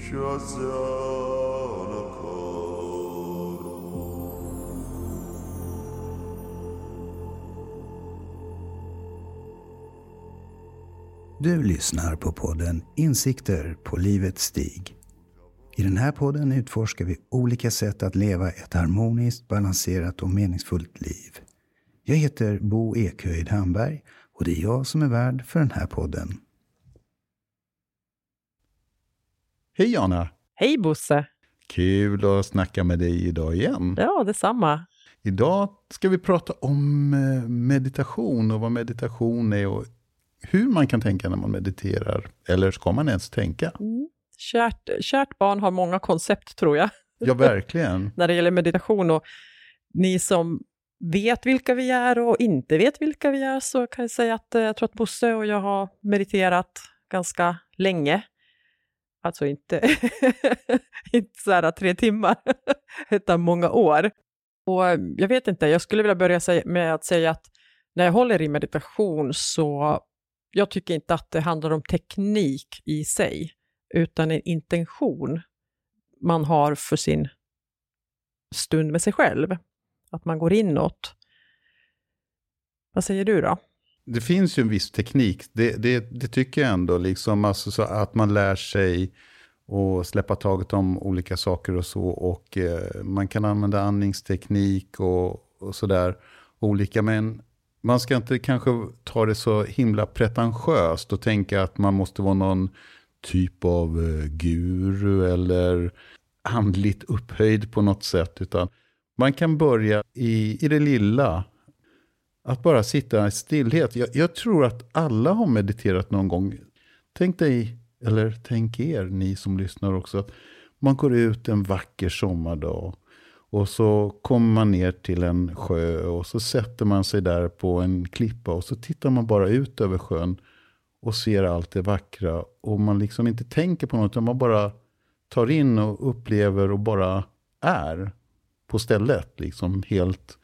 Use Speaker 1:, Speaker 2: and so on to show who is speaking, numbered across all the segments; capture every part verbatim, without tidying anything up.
Speaker 1: Du lyssnar på podden Insikter på livets stig. I den här podden utforskar vi olika sätt att leva ett harmoniskt, balanserat och meningsfullt liv. Jag heter Bo Ekhöjd Hamberg och det är jag som är värd för den här podden.
Speaker 2: Hej Jana!
Speaker 3: Hej Bosse!
Speaker 2: Kul att snacka med dig idag igen.
Speaker 3: Ja, detsamma.
Speaker 2: Idag ska vi prata om meditation och vad meditation är och hur man kan tänka när man mediterar. Eller ska man ens tänka?
Speaker 3: Mm. Kärt, kärt barn har många koncept, tror jag.
Speaker 2: Ja, verkligen.
Speaker 3: När det gäller meditation. Och ni som vet vilka vi är och inte vet vilka vi är, så kan jag säga att jag tror att Bosse och jag har mediterat ganska länge. Alltså inte, inte så här tre timmar, utan många år. Och jag vet inte, jag skulle vilja börja med att säga att när jag håller i meditation så jag tycker inte att det handlar om teknik i sig, utan en intention man har för sin stund med sig själv. Att man går inåt. Vad säger du då?
Speaker 2: Det finns ju en viss teknik, det, det, det tycker jag ändå. Liksom, alltså så att man lär sig att släppa taget om olika saker och så. Och eh, man kan använda andningsteknik och, och sådär olika. Men man ska inte kanske ta det så himla pretentiöst och tänka att man måste vara någon typ av eh, guru eller andligt upphöjd på något sätt. Utan man kan börja i, i det lilla. Att bara sitta i stillhet. Jag, jag tror att alla har mediterat någon gång. Tänk dig, eller tänk er, ni som lyssnar också. Att man går ut en vacker sommardag. Och så kommer man ner till en sjö. Och så sätter man sig där på en klippa. Och så tittar man bara ut över sjön. Och ser allt det vackra. Och man liksom inte tänker på något. Utan man bara tar in och upplever och bara är på stället. Liksom helt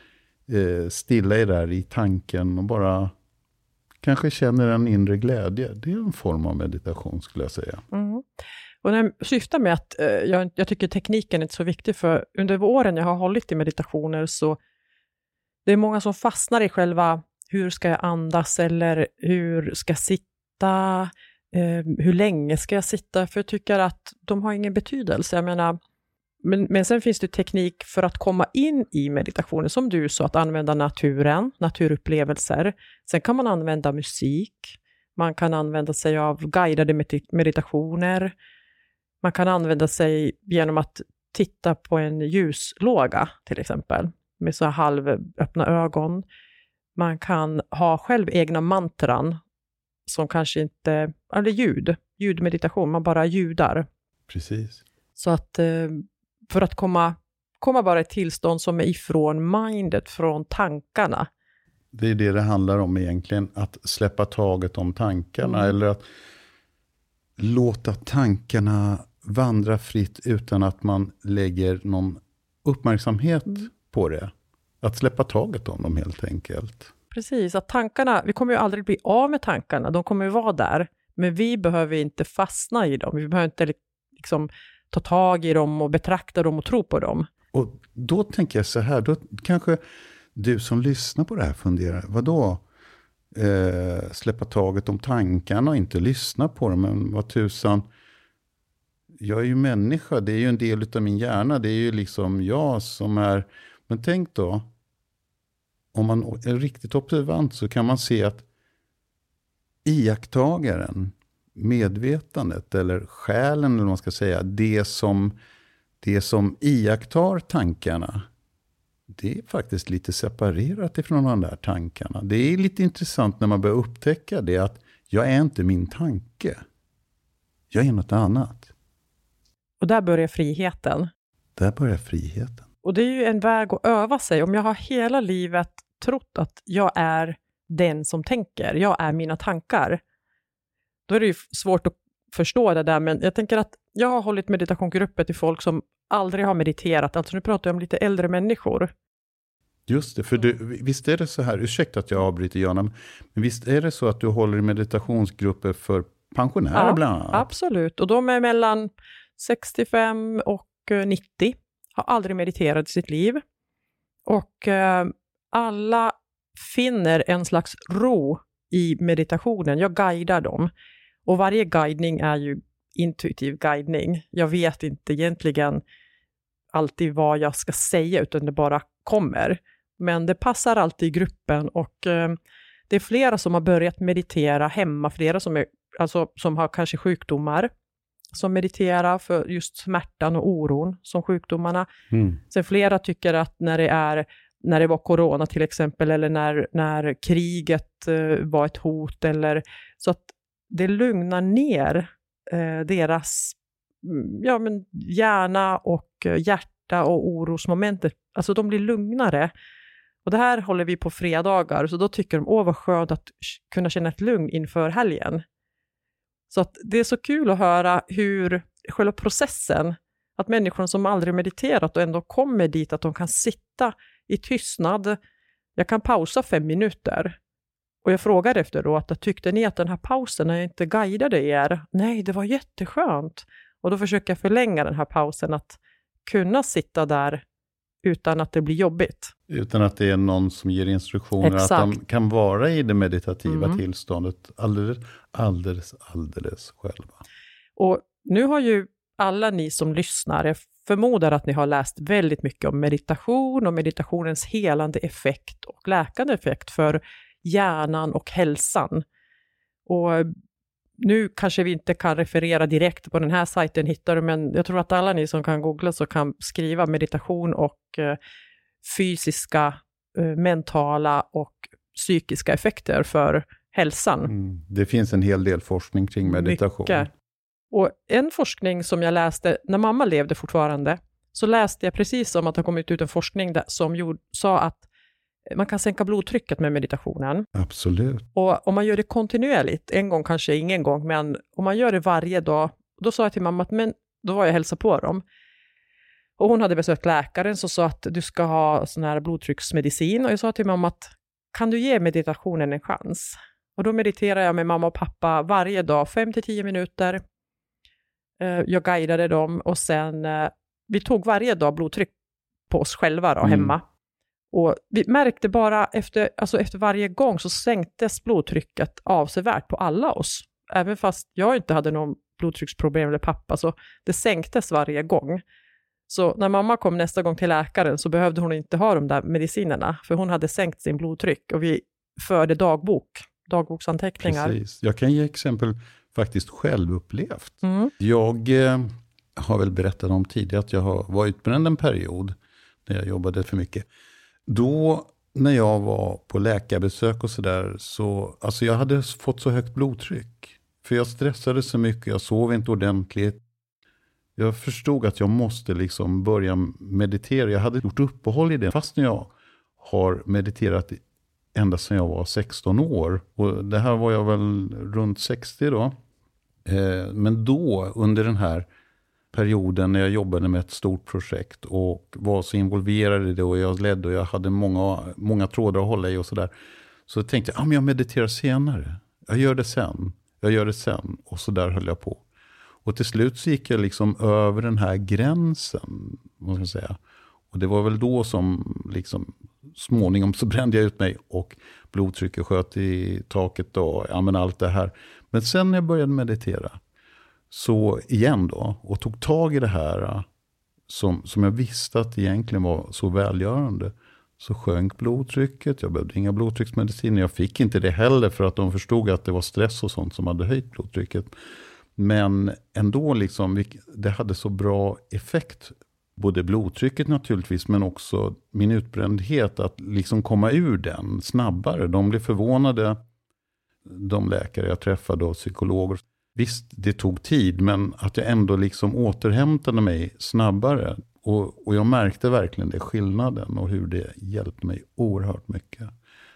Speaker 2: stilla är där i tanken och bara kanske känner en inre glädje. Det är en form av meditation, skulle jag säga.
Speaker 3: Mm. Och när jag syftar med att eh, jag, jag tycker tekniken är inte så viktig, för under åren jag har hållit i meditationer så det är många som fastnar i själva hur ska jag andas eller hur ska jag sitta, eh, hur länge ska jag sitta, för jag tycker att de har ingen betydelse. Jag menar, Men, men sen finns det teknik för att komma in i meditationen, som du sa, att använda naturen, naturupplevelser. Sen kan man använda musik, man kan använda sig av guidade med- meditationer. Man kan använda sig genom att titta på en ljuslåga till exempel, med så här halvöppna ögon. Man kan ha själv egna mantran som kanske inte, eller ljud, ljudmeditation, man bara ljudar.
Speaker 2: Precis.
Speaker 3: Så att för att komma, komma bara ett tillstånd som är ifrån mindet, från tankarna.
Speaker 2: Det är det det handlar om egentligen. Att släppa taget om tankarna.
Speaker 3: Mm.
Speaker 2: Eller att låta tankarna vandra fritt utan att man lägger någon uppmärksamhet mm. på det. Att släppa taget om dem helt enkelt.
Speaker 3: Precis, att tankarna, vi kommer ju aldrig bli av med tankarna. De kommer ju vara där. Men vi behöver inte fastna i dem. Vi behöver inte liksom ta tag i dem och betrakta dem och tro på dem.
Speaker 2: Och då tänker jag så här, då kanske du som lyssnar på det här funderar, vadå? Eh, släppa taget om tankarna och inte lyssna på dem, men vad tusan, jag är ju människa, det är ju en del av min hjärna, det är ju liksom jag som är, men tänk då, om man är riktigt observant så kan man se att iakttagaren, medvetandet eller själen eller vad man ska säga, det som, det som iakttar tankarna, det är faktiskt lite separerat ifrån de där tankarna. Det är lite intressant när man börjar upptäcka det, att jag är inte min tanke. Jag är något annat.
Speaker 3: Och där börjar friheten.
Speaker 2: Där börjar friheten.
Speaker 3: Och det är ju en väg att öva sig. Om jag har hela livet trott att jag är den som tänker, jag är mina tankar, då är det ju svårt att förstå det där. Men jag tänker att jag har hållit meditationsgrupper till folk som aldrig har mediterat. Alltså nu pratar jag om lite äldre människor.
Speaker 2: Just det, för du, visst är det så här, ursäkta att jag avbryter Jana, men visst är det så att du håller i meditationsgrupper för pensionärer
Speaker 3: ja,
Speaker 2: bland annat.
Speaker 3: Absolut, och de är mellan sextiofem och nittio. Har aldrig mediterat i sitt liv. Och eh, alla finner en slags ro i meditationen. Jag guidar dem. Och varje guidning är ju intuitiv guidning. Jag vet inte egentligen alltid vad jag ska säga, utan det bara kommer. Men det passar alltid i gruppen, och eh, det är flera som har börjat meditera hemma, flera som, är, alltså, som har kanske sjukdomar som mediterar för just smärtan och oron som sjukdomarna.
Speaker 2: Mm.
Speaker 3: Sen flera tycker att när det är när det var corona till exempel, eller när, när kriget eh, var ett hot, eller så att det lugnar ner eh, deras ja, men hjärna och hjärta och orosmomentet. Alltså de blir lugnare. Och det här håller vi på fredagar, så då tycker de, åh vad skönt att kunna känna ett lugn inför helgen. Så att det är så kul att höra hur själva processen, att människor som aldrig mediterat och ändå kommer dit, att de kan sitta i tystnad. Jag kan pausa fem minuter. Och jag frågade efteråt, att tyckte ni att den här pausen, när jag inte guidade er? Nej, det var jätteskönt. Och då försöker jag förlänga den här pausen, att kunna sitta där utan att det blir jobbigt.
Speaker 2: Utan att det är någon som ger instruktioner.
Speaker 3: Exakt.
Speaker 2: Att de kan vara i det meditativa
Speaker 3: Mm.
Speaker 2: tillståndet alldeles, alldeles, alldeles själva.
Speaker 3: Och nu har ju alla ni som lyssnar, jag förmodar att ni har läst väldigt mycket om meditation och meditationens helande effekt och läkande effekt för hjärnan och hälsan. Och nu kanske vi inte kan referera direkt på den här sajten, hittar du, men jag tror att alla ni som kan googla så kan skriva meditation och eh, fysiska, eh, mentala och psykiska effekter för hälsan.
Speaker 2: Mm. Det finns en hel del forskning kring meditation.
Speaker 3: Mycket. Och en forskning som jag läste, när mamma levde fortfarande, så läste jag precis om att det har kommit ut en forskning där, som gjorde, sa att man kan sänka blodtrycket med meditationen.
Speaker 2: Absolut.
Speaker 3: Och om man gör det kontinuerligt, en gång kanske ingen gång, men om man gör det varje dag, då sa jag till mamma att, men då var jag hälsa på dem. Och hon hade besökt läkaren som sa att du ska ha sån här blodtrycksmedicin. Och jag sa till mamma att, kan du ge meditationen en chans? Och då mediterar jag med mamma och pappa varje dag, fem till tio minuter. Jag guidade dem, och sen vi tog varje dag blodtryck på oss själva då, mm. hemma. Och vi märkte bara efter, alltså efter varje gång så sänktes blodtrycket avsevärt på alla oss. Även fast jag inte hade någon blodtrycksproblem eller pappa, så det sänktes varje gång. Så när mamma kom nästa gång till läkaren så behövde hon inte ha de där medicinerna, för hon hade sänkt sin blodtryck, och vi förde dagbok, dagboksanteckningar.
Speaker 2: Precis. Jag kan ge exempel faktiskt själv upplevt.
Speaker 3: Mm.
Speaker 2: Jag eh, har väl berättat om tidigare att jag har varit utbränd en period när jag jobbade för mycket. Då när jag var på läkarbesök och sådär, så alltså jag hade fått så högt blodtryck. För jag stressade så mycket, jag sov inte ordentligt. Jag förstod att jag måste liksom börja meditera. Jag hade gjort uppehåll i det, fast när jag har mediterat ända sedan jag var sexton år. Och det här var jag väl runt sextio då. Eh, men då, under den här perioden när jag jobbade med ett stort projekt och var så involverad i det, och jag ledde och jag hade många, många trådar att hålla i och sådär. Så tänkte jag, ah, men jag mediterar senare. Jag gör det sen. Jag gör det sen. Och så där höll jag på. Och till slut så gick jag liksom över den här gränsen, vad ska jag säga. Och det var väl då som liksom småningom så brände jag ut mig och blodtrycket sköt i taket och ja, men allt det här. Men sen när jag började meditera så igen då, och tog tag i det här som, som jag visste att egentligen var så välgörande, så sjönk blodtrycket. Jag behövde inga blodtrycksmediciner. Jag fick inte det heller, för att de förstod att det var stress och sånt som hade höjt blodtrycket. Men ändå liksom, det hade så bra effekt, både blodtrycket naturligtvis, men också min utbrändhet, att liksom komma ur den snabbare. De blev förvånade, de läkare jag träffade och psykologer. Visst, det tog tid, men att jag ändå liksom återhämtade mig snabbare. Och, och jag märkte verkligen det, skillnaden, och hur det hjälpte mig oerhört mycket.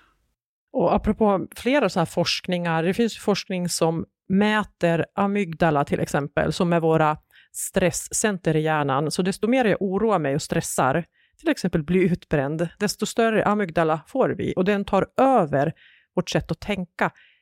Speaker 3: Och apropå flera så här forskningar, det finns forskning som mäter amygdala till exempel, som är våra stresscenter i hjärnan. Så desto mer jag oroar mig och stressar, till exempel blir utbränd, desto större amygdala får vi. Och den tar över vårt sätt att tänka.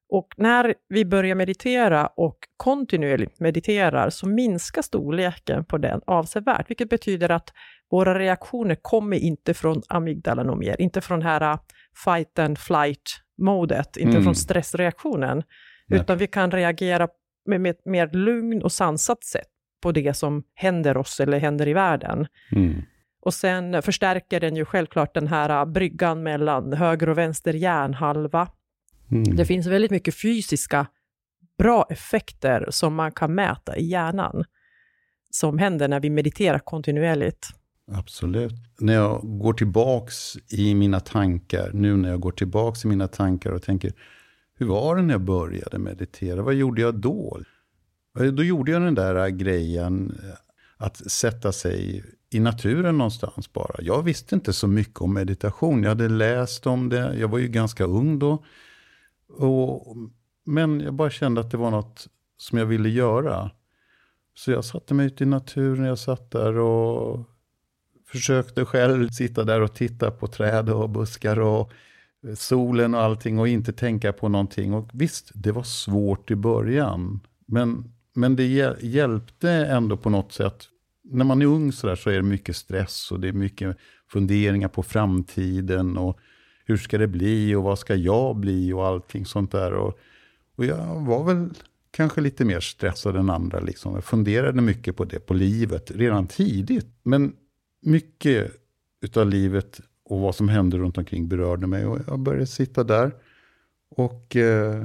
Speaker 3: Och när vi börjar meditera och kontinuerligt mediterar så minskar storleken på den avsevärt. Vilket betyder att våra reaktioner kommer inte från amygdalan och mer. Inte från här fight and flight-modet. Inte mm. från stressreaktionen. Nej. Utan vi kan reagera med ett mer lugn och sansat sätt på det som händer oss eller händer i världen. Mm. Och sen förstärker den ju självklart den här bryggan mellan höger och vänster hjärnhalva. Mm. Det finns väldigt mycket fysiska bra effekter som man kan mäta i hjärnan. Som händer när vi mediterar kontinuerligt.
Speaker 2: Absolut. När jag går tillbaks i mina tankar, nu när jag går tillbaks i mina tankar och tänker, hur var det när jag började meditera? Vad gjorde jag då? Då gjorde jag den där grejen att sätta sig i naturen någonstans bara. Jag visste inte så mycket om meditation. Jag hade läst om det. Jag var ju ganska ung då. Och, men jag bara kände att det var något som jag ville göra. Så jag satte mig ut i naturen. Jag satt där och försökte själv sitta där och titta på träd och buskar och solen och allting och inte tänka på någonting. Och visst, det var svårt i början. Men, men det hjälpte ändå på något sätt. När man är ung så där så är det mycket stress och det är mycket funderingar på framtiden och hur ska det bli och vad ska jag bli och allting sånt där. Och, och jag var väl kanske lite mer stressad än andra liksom. Jag funderade mycket på det, på livet redan tidigt. Men mycket utav livet och vad som hände runt omkring berörde mig och jag började sitta där och eh,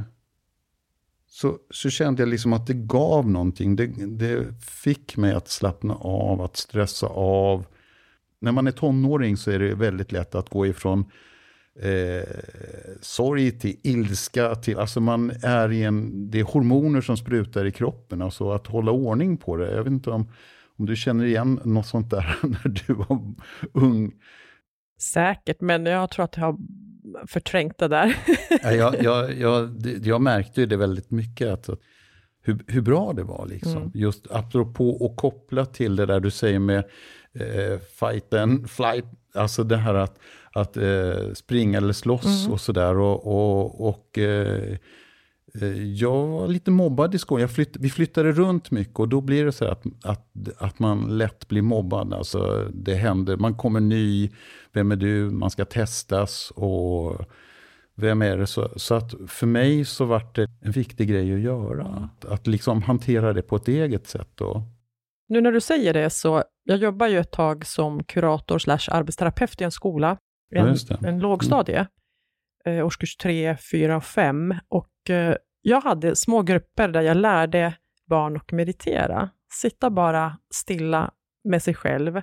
Speaker 2: så, så kände jag liksom att det gav någonting. Det, det fick mig att slappna av, att stressa av. När man är tonåring så är det väldigt lätt att gå ifrån eh, sorg till ilska. Till, alltså man är i en, det är hormoner som sprutar i kroppen. Alltså att hålla ordning på det. Jag vet inte om, om du känner igen något sånt där när du var ung.
Speaker 3: Säkert, men jag tror att jag har förträngt det där.
Speaker 2: ja, jag, jag, jag, jag märkte ju det väldigt mycket. Att, hur, hur bra det var liksom. Mm. Just apropå och koppla till det där du säger med eh, fight and flight. Alltså det här att, att eh, springa eller slåss mm. och sådär. Och, och, och eh, jag var lite mobbad i skolan. Jag flytt, vi flyttade runt mycket och då blir det så att, att, att man lätt blir mobbad. Alltså det händer, man kommer ny, vem är du? Man ska testas och vem är det? Så, så att för mig så var det en viktig grej att göra. Att, att liksom hantera det på ett eget sätt då.
Speaker 3: Nu när du säger det så, jag jobbar ju ett tag som kurator slash arbetsterapeut i en skola. En, en lågstadie. Mm. Eh, årskurs tre, fyra och fem. Och eh, jag hade små grupper där jag lärde barn att meditera. Sitta bara stilla med sig själv.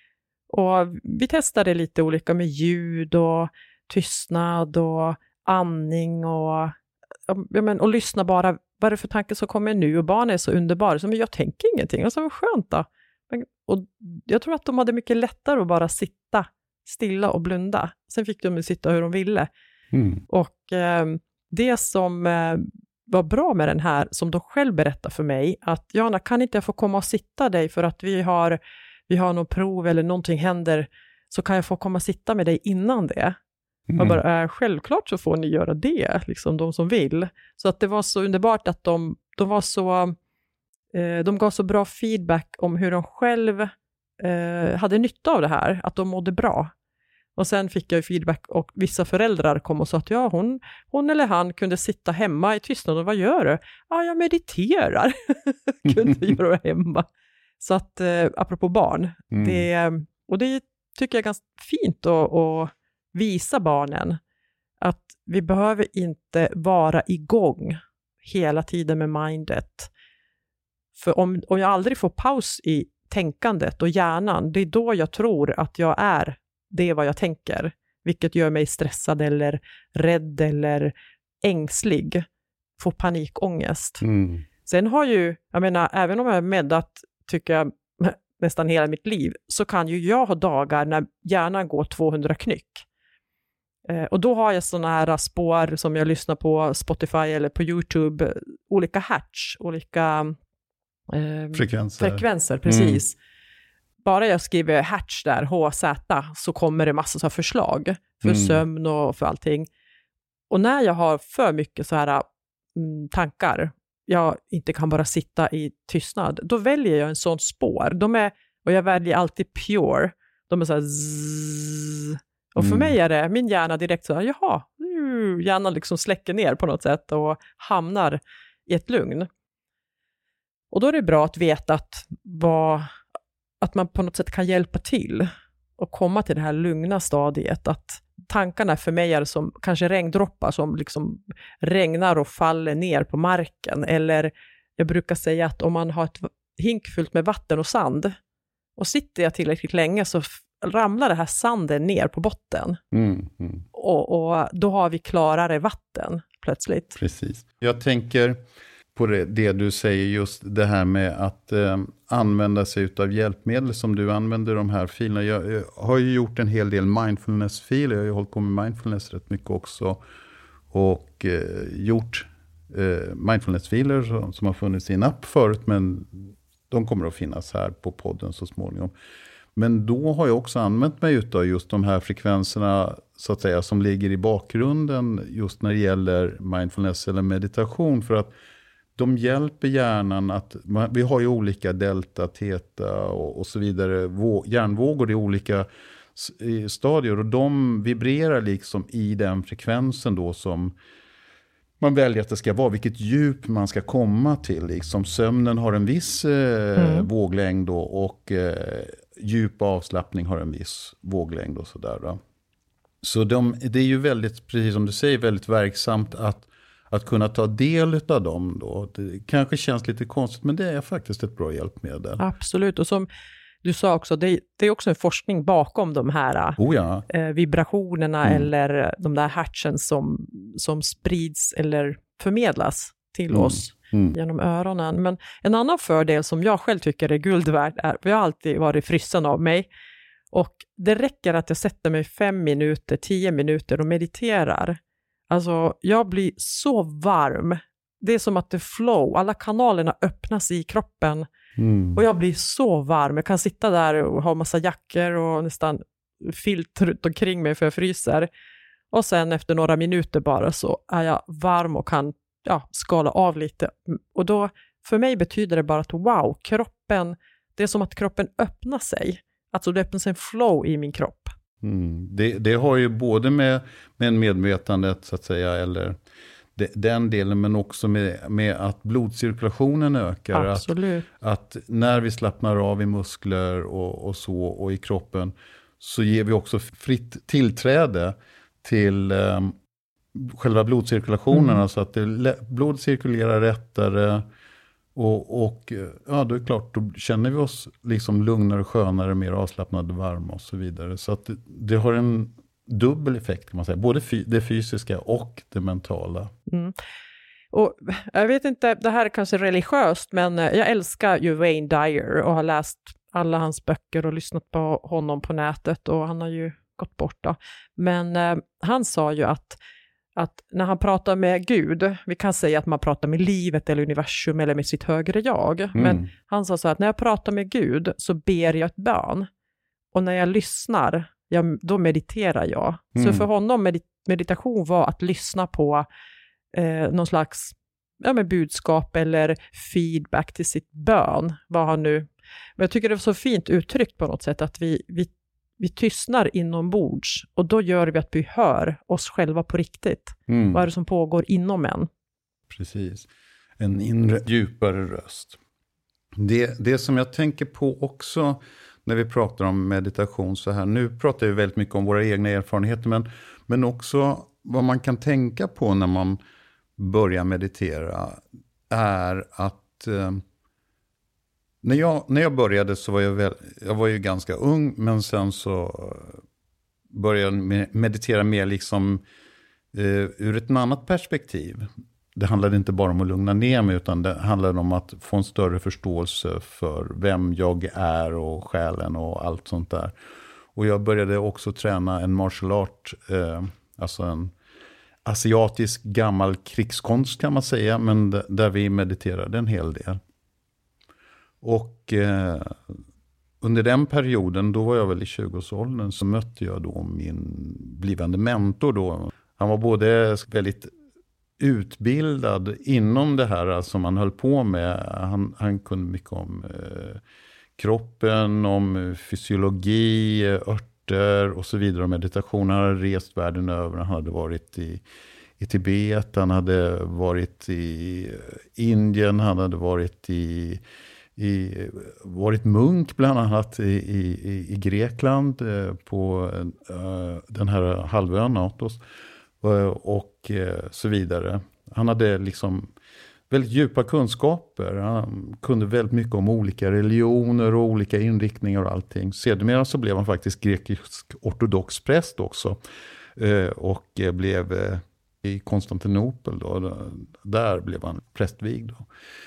Speaker 3: Och vi testade lite olika med ljud och tystnad och andning och, ja, men, och lyssna bara. Vad är det för tanke som kommer nu? Och barn är så underbara. Så, men jag tänker ingenting. Och så var skönt då. Men, och jag tror att de hade mycket lättare att bara sitta stilla och blunda. Sen fick de sitta hur de ville. Mm. Och eh, det som eh, var bra med den här, som de själv berättade för mig, att Jana, kan inte jag få komma och sitta dig för att vi har, vi har någon prov eller någonting händer, så kan jag få komma och sitta med dig innan det. Mm. Och bara, äh, självklart så får ni göra det, liksom de som vill. Så att det var så underbart att de, de var så, eh, de gav så bra feedback om hur de själv eh, hade nytta av det här, att de mådde bra. Och sen fick jag feedback och vissa föräldrar kom och sa att ja, hon, hon eller han kunde sitta hemma i tystnad. Och vad gör du? Ja, jag mediterar. kunde göra det hemma. Så att, eh, apropå barn. Mm. Det, och det tycker jag är ganska fint att, att visa barnen. Att vi behöver inte vara igång hela tiden med mindet. För om, om jag aldrig får paus i tänkandet och hjärnan, det är då jag tror att jag är det är vad jag tänker, vilket gör mig stressad eller rädd eller ängslig, får panikångest. Mm. Sen har ju, jag menar, även om jag är meddat, tycker jag nästan hela mitt liv, så kan ju jag ha dagar när hjärnan går tvåhundra knyck. Eh, och då har jag sådana här spår som jag lyssnar på Spotify eller på YouTube, olika hertz, olika eh,
Speaker 2: frekvenser.
Speaker 3: frekvenser, precis. Mm. Bara jag skriver hertz där, H Z, så kommer det massor av förslag för mm. sömn och för allting. Och när jag har för mycket så här mm, tankar, jag inte kan bara sitta i tystnad, då väljer jag en sån spår. De är, och jag väljer alltid pure. De är så här zzz. Och för mm. mig är det, min hjärna direkt så här, jaha, hjärnan liksom släcker ner på något sätt och hamnar i ett lugn. Och då är det bra att veta att, vad, att man på något sätt kan hjälpa till och komma till det här lugna stadiet. Att tankarna för mig är som kanske regndroppar som liksom regnar och faller ner på marken. Eller jag brukar säga att om man har ett hink fyllt med vatten och sand och sitter jag tillräckligt länge så ramlar det här sanden ner på botten. Mm, mm. Och, och då har vi klarare vatten plötsligt.
Speaker 2: Precis. Jag tänker på det, det du säger, just det här med att eh, använda sig av hjälpmedel som du använder de här filerna. Jag, jag har ju gjort en hel del mindfulness-filer. Jag har ju hållit på med mindfulness rätt mycket också. Och eh, gjort eh, mindfulness-filer som, som har funnits i en app förut, men de kommer att finnas här på podden så småningom. Men då har jag också använt mig av just de här frekvenserna så att säga som ligger i bakgrunden just när det gäller mindfulness eller meditation, för att de hjälper hjärnan att, vi har ju olika delta, theta och, och så vidare, vå, hjärnvågor i olika stadier och de vibrerar liksom i den frekvensen då som man väljer att det ska vara, vilket djup man ska komma till. Liksom sömnen har en viss eh, mm. våglängd då, och eh, djup avslappning har en viss våglängd och sådär då. Så de, det är ju väldigt, precis som du säger, väldigt verksamt att, att kunna ta del av dem då. Det kanske känns lite konstigt, men det är faktiskt ett bra hjälpmedel.
Speaker 3: Absolut, och som du sa också, det, det är också en forskning bakom de här
Speaker 2: oh ja.
Speaker 3: eh, vibrationerna mm. eller de där hertzen som, som sprids eller förmedlas till mm. oss mm. genom öronen. Men en annan fördel som jag själv tycker är guld värd är, för jag har alltid varit frysen av mig, och det räcker att jag sätter mig fem minuter, tio minuter och mediterar. Alltså jag blir så varm. Det är som att det flow, alla kanalerna öppnas i kroppen. Mm. Och jag blir så varm. Jag kan sitta där och ha massa jackor och nästan filt runt omkring mig för jag fryser. Och sen efter några minuter bara så är jag varm och kan ja, skala av lite. Och då, för mig betyder det bara att wow, kroppen, det är som att kroppen öppnar sig. Alltså det öppnar sig en flow i min kropp.
Speaker 2: Mm. Det, det har ju både med, med en medvetandet så att säga, eller det, den delen, men också med, med att blodcirkulationen ökar.
Speaker 3: Absolut.
Speaker 2: Att, att när vi slappnar av i muskler och, och så och i kroppen så ger vi också fritt tillträde till um, själva blodcirkulationen. Mm. Alltså att det, blod cirkulerar rättare. Och, och ja, då är det klart, då känner vi oss liksom lugnare, skönare, mer avslappnade, varma och så vidare. Så att det, det har en dubbel effekt kan man säga. Både fy, det fysiska och det mentala.
Speaker 3: Mm. Och jag vet inte, det här är kanske religiöst, men jag älskar ju Wayne Dyer och har läst alla hans böcker och lyssnat på honom på nätet, och han har ju gått bort då. Men eh, han sa ju att att när han pratar med Gud, vi kan säga att man pratar med livet eller universum eller med sitt högre jag. Mm. Men han sa så att när jag pratar med Gud så ber jag ett bön. Och när jag lyssnar, jag, då mediterar jag. Mm. Så för honom med, meditation var att lyssna på eh, någon slags ja, med budskap eller feedback till sitt bön. Vad han nu... Men jag tycker det var så fint uttryckt på något sätt att vi... vi Vi tystnar inombords och då gör vi att vi hör oss själva på riktigt. Mm. Vad är det som pågår inom en?
Speaker 2: Precis. En inre, djupare röst. Det, det som jag tänker på också när vi pratar om meditation så här. Nu pratar vi väldigt mycket om våra egna erfarenheter, men, men också vad man kan tänka på när man börjar meditera är att... Eh, När jag, när jag började så var jag, väl, jag var ju ganska ung, men sen så började jag meditera mer liksom eh, ur ett annat perspektiv. Det handlade inte bara om att lugna ner mig, utan det handlade om att få en större förståelse för vem jag är och själen och allt sånt där. Och jag började också träna en martial art, eh, alltså en asiatisk gammal krigskonst kan man säga, men d- där vi mediterade en hel del. Och eh, under den perioden, då var jag väl i tjugoårsåldern, så mötte jag då min blivande mentor då. Han var både väldigt utbildad inom det här som han höll på med. Han, han kunde mycket om eh, kroppen, om fysiologi, örter och så vidare. Och meditation. Han hade rest världen över. Han hade varit i, i Tibet, han hade varit i Indien, han hade varit i... I, varit munk bland annat i, i, i Grekland eh, på eh, den här halvön Natos eh, och eh, så vidare. Han hade liksom väldigt djupa kunskaper. Han kunde väldigt mycket om olika religioner och olika inriktningar och allting. Sedermera så blev han faktiskt grekisk ortodox präst också eh, och eh, blev eh, i Konstantinopel då, där blev han prästvigd då.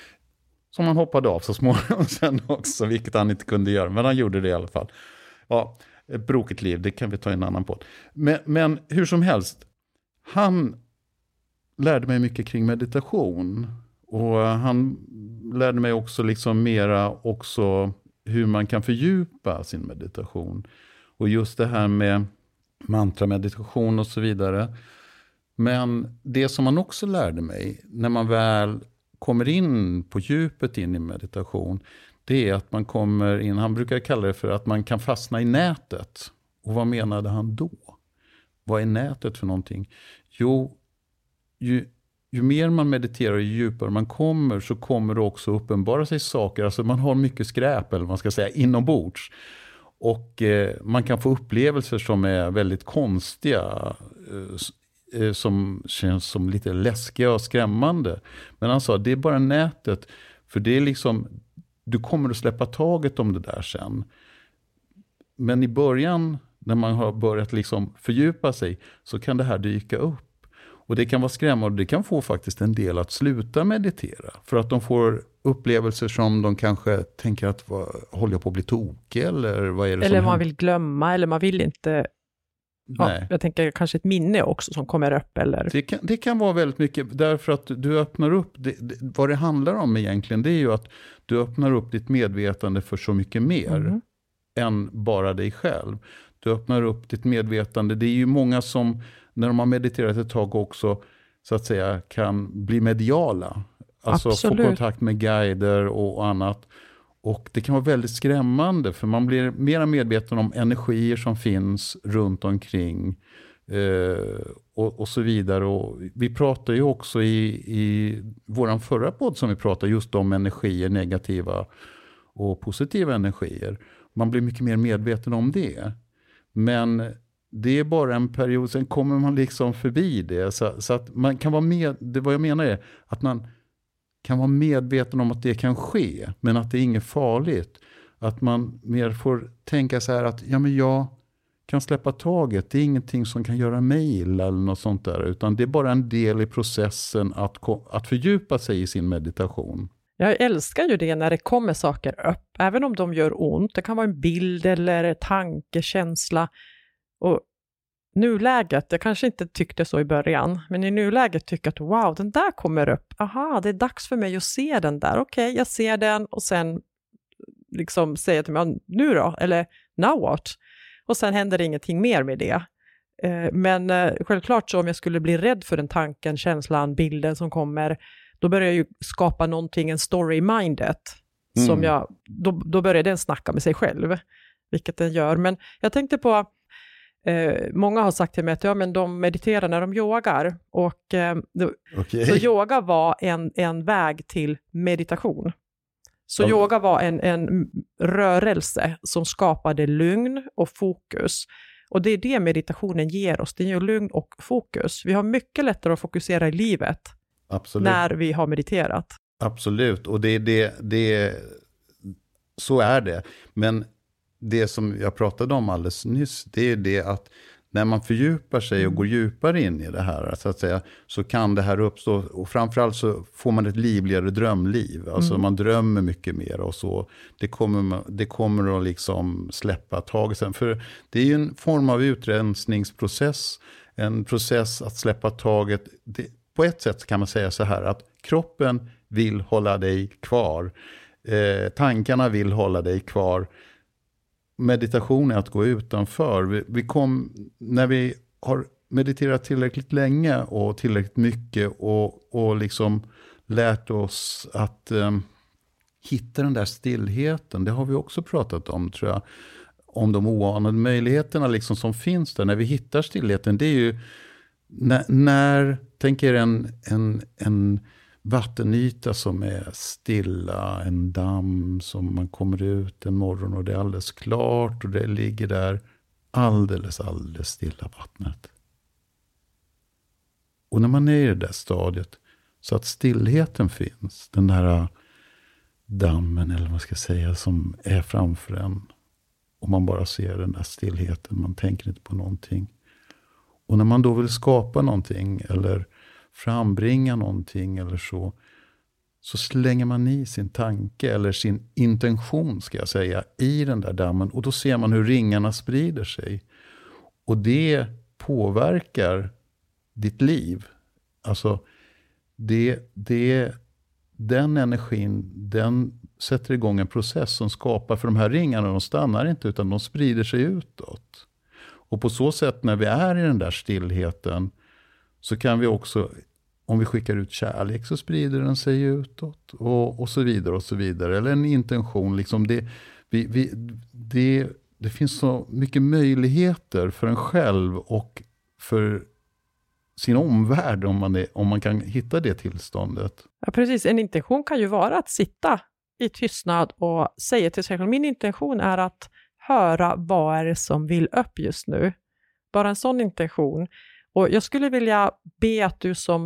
Speaker 2: Som han hoppade av så småningom sen också, vilket han inte kunde göra. Men han gjorde det i alla fall. Ja, ett brokigt liv, det kan vi ta en annan podd. Men, men hur som helst, han lärde mig mycket kring meditation. Och han lärde mig också liksom mera också hur man kan fördjupa sin meditation. Och just det här med mantrameditation och så vidare. Men det som han också lärde mig, när man väl kommer in på djupet in i meditation, det är att man kommer in, han brukar kalla det för att man kan fastna i nätet. Och vad menade han då? Vad är nätet för någonting? Jo, ju, ju mer man mediterar och ju djupare man kommer, så kommer det också uppenbara sig saker. Alltså man har mycket skräp, eller man ska säga, inombords. Och eh, man kan få upplevelser som är väldigt konstiga, eh, som känns som lite läskiga och skrämmande. Men han sa, det är bara nätet. För det är liksom, du kommer att släppa taget om det där sen. Men i början, när man har börjat liksom fördjupa sig, så kan det här dyka upp. Och det kan vara skrämmande, och det kan få faktiskt en del att sluta meditera. För att de får upplevelser som de kanske tänker att, vad, håller jag på att bli tokig? Eller vad är det
Speaker 3: eller
Speaker 2: som
Speaker 3: man
Speaker 2: händer?
Speaker 3: vill glömma, eller man vill inte... Ja, jag tänker kanske ett minne också som kommer upp. Eller...
Speaker 2: Det, kan, det kan vara väldigt mycket, därför att du öppnar upp, det, det, vad det handlar om egentligen, det är ju att du öppnar upp ditt medvetande för så mycket mer mm. än bara dig själv. Du öppnar upp ditt medvetande, det är ju många som, när de har mediterat ett tag också, så att säga, kan bli mediala. Alltså
Speaker 3: Absolut.
Speaker 2: få kontakt med guider och annat. Och det kan vara väldigt skrämmande, för man blir mer medveten om energier som finns runt omkring eh, och, och så vidare. Och vi pratar ju också i, i våran förra podd som vi pratade just om energier, negativa och positiva energier. Man blir mycket mer medveten om det. Men det är bara en period, sen kommer man liksom förbi det. Så, så att man kan vara med, det vad jag menar är att man kan vara medveten om att det kan ske, men att det är inget farligt. Att man mer får tänka så här att ja, men jag kan släppa taget. Det är ingenting som kan göra mig illa eller något sånt där, utan det är bara en del i processen att, att fördjupa sig i sin meditation.
Speaker 3: Jag älskar ju det när det kommer saker upp, även om de gör ont. Det kan vara en bild eller tanke, känsla. Och nuläget, jag kanske inte tyckte så i början, men i nuläget tycker jag att wow, den där kommer upp. Aha, det är dags för mig att se den där. Okej, okay, jag ser den och sen liksom säger till mig, nu då? Eller now what? Och sen händer det ingenting mer med det. Men självklart så om jag skulle bli rädd för den tanken, känslan, bilden som kommer, då börjar jag ju skapa någonting, en story i mindet. Mm. Som jag, då, då börjar den snacka med sig själv, vilket den gör. Men jag tänkte på Eh, många har sagt till mig att ja, men de mediterar när de yogar. Och, eh,
Speaker 2: okay.
Speaker 3: Så yoga var en, en väg till meditation. Så mm. yoga var en, en rörelse som skapade lugn och fokus. Och det är det meditationen ger oss. Det ger lugn och fokus. Vi har mycket lättare att fokusera i livet. Absolut. När vi har mediterat.
Speaker 2: Absolut, och det är det, det så är det. Men det som jag pratade om alldeles nyss, det är det att när man fördjupar sig och går djupare in i det här, så att säga, så kan det här uppstå, och framförallt så får man ett livligare drömliv. Alltså mm. man drömmer mycket mer och så. Det kommer, det kommer att liksom släppa taget sen. För det är ju en form av utrensningsprocess, en process att släppa taget. Det, på ett sätt kan man säga så här att kroppen vill hålla dig kvar. Eh, tankarna vill hålla dig kvar. Meditation är att gå utanför. Vi, vi kom, när vi har mediterat tillräckligt länge och tillräckligt mycket och, och liksom lärt oss att eh, hitta den där stillheten. Det har vi också pratat om, tror jag. Om de oanade möjligheterna liksom som finns där. När vi hittar stillheten, det är ju när, när tänker en, en, en vattenyta som är stilla, en damm som man kommer ut en morgon och det är alldeles klart och det ligger där alldeles, alldeles stilla vattnet. Och när man är i det där stadiet så att stillheten finns, den där dammen eller vad man ska säga som är framför en och man bara ser den där stillheten, man tänker inte på någonting. Och när man då vill skapa någonting eller frambringa någonting eller så, så slänger man i sin tanke eller sin intention ska jag säga i den där dammen och då ser man hur ringarna sprider sig. Och det påverkar ditt liv. Alltså det, det, den energin, den sätter igång en process som skapar, för de här ringarna de stannar inte utan de sprider sig utåt. Och på så sätt när vi är i den där stillheten så kan vi också, om vi skickar ut kärlek så sprider den sig utåt och, och så vidare och så vidare. Eller en intention, liksom det, vi, vi, det, det finns så mycket möjligheter för en själv och för sin omvärld om man, är, om man kan hitta det tillståndet.
Speaker 3: Ja, precis. En intention kan ju vara att sitta i tystnad och säga till sig själv, min intention är att höra vad är det som vill upp just nu. Bara en sån intention. Och jag skulle vilja be att du som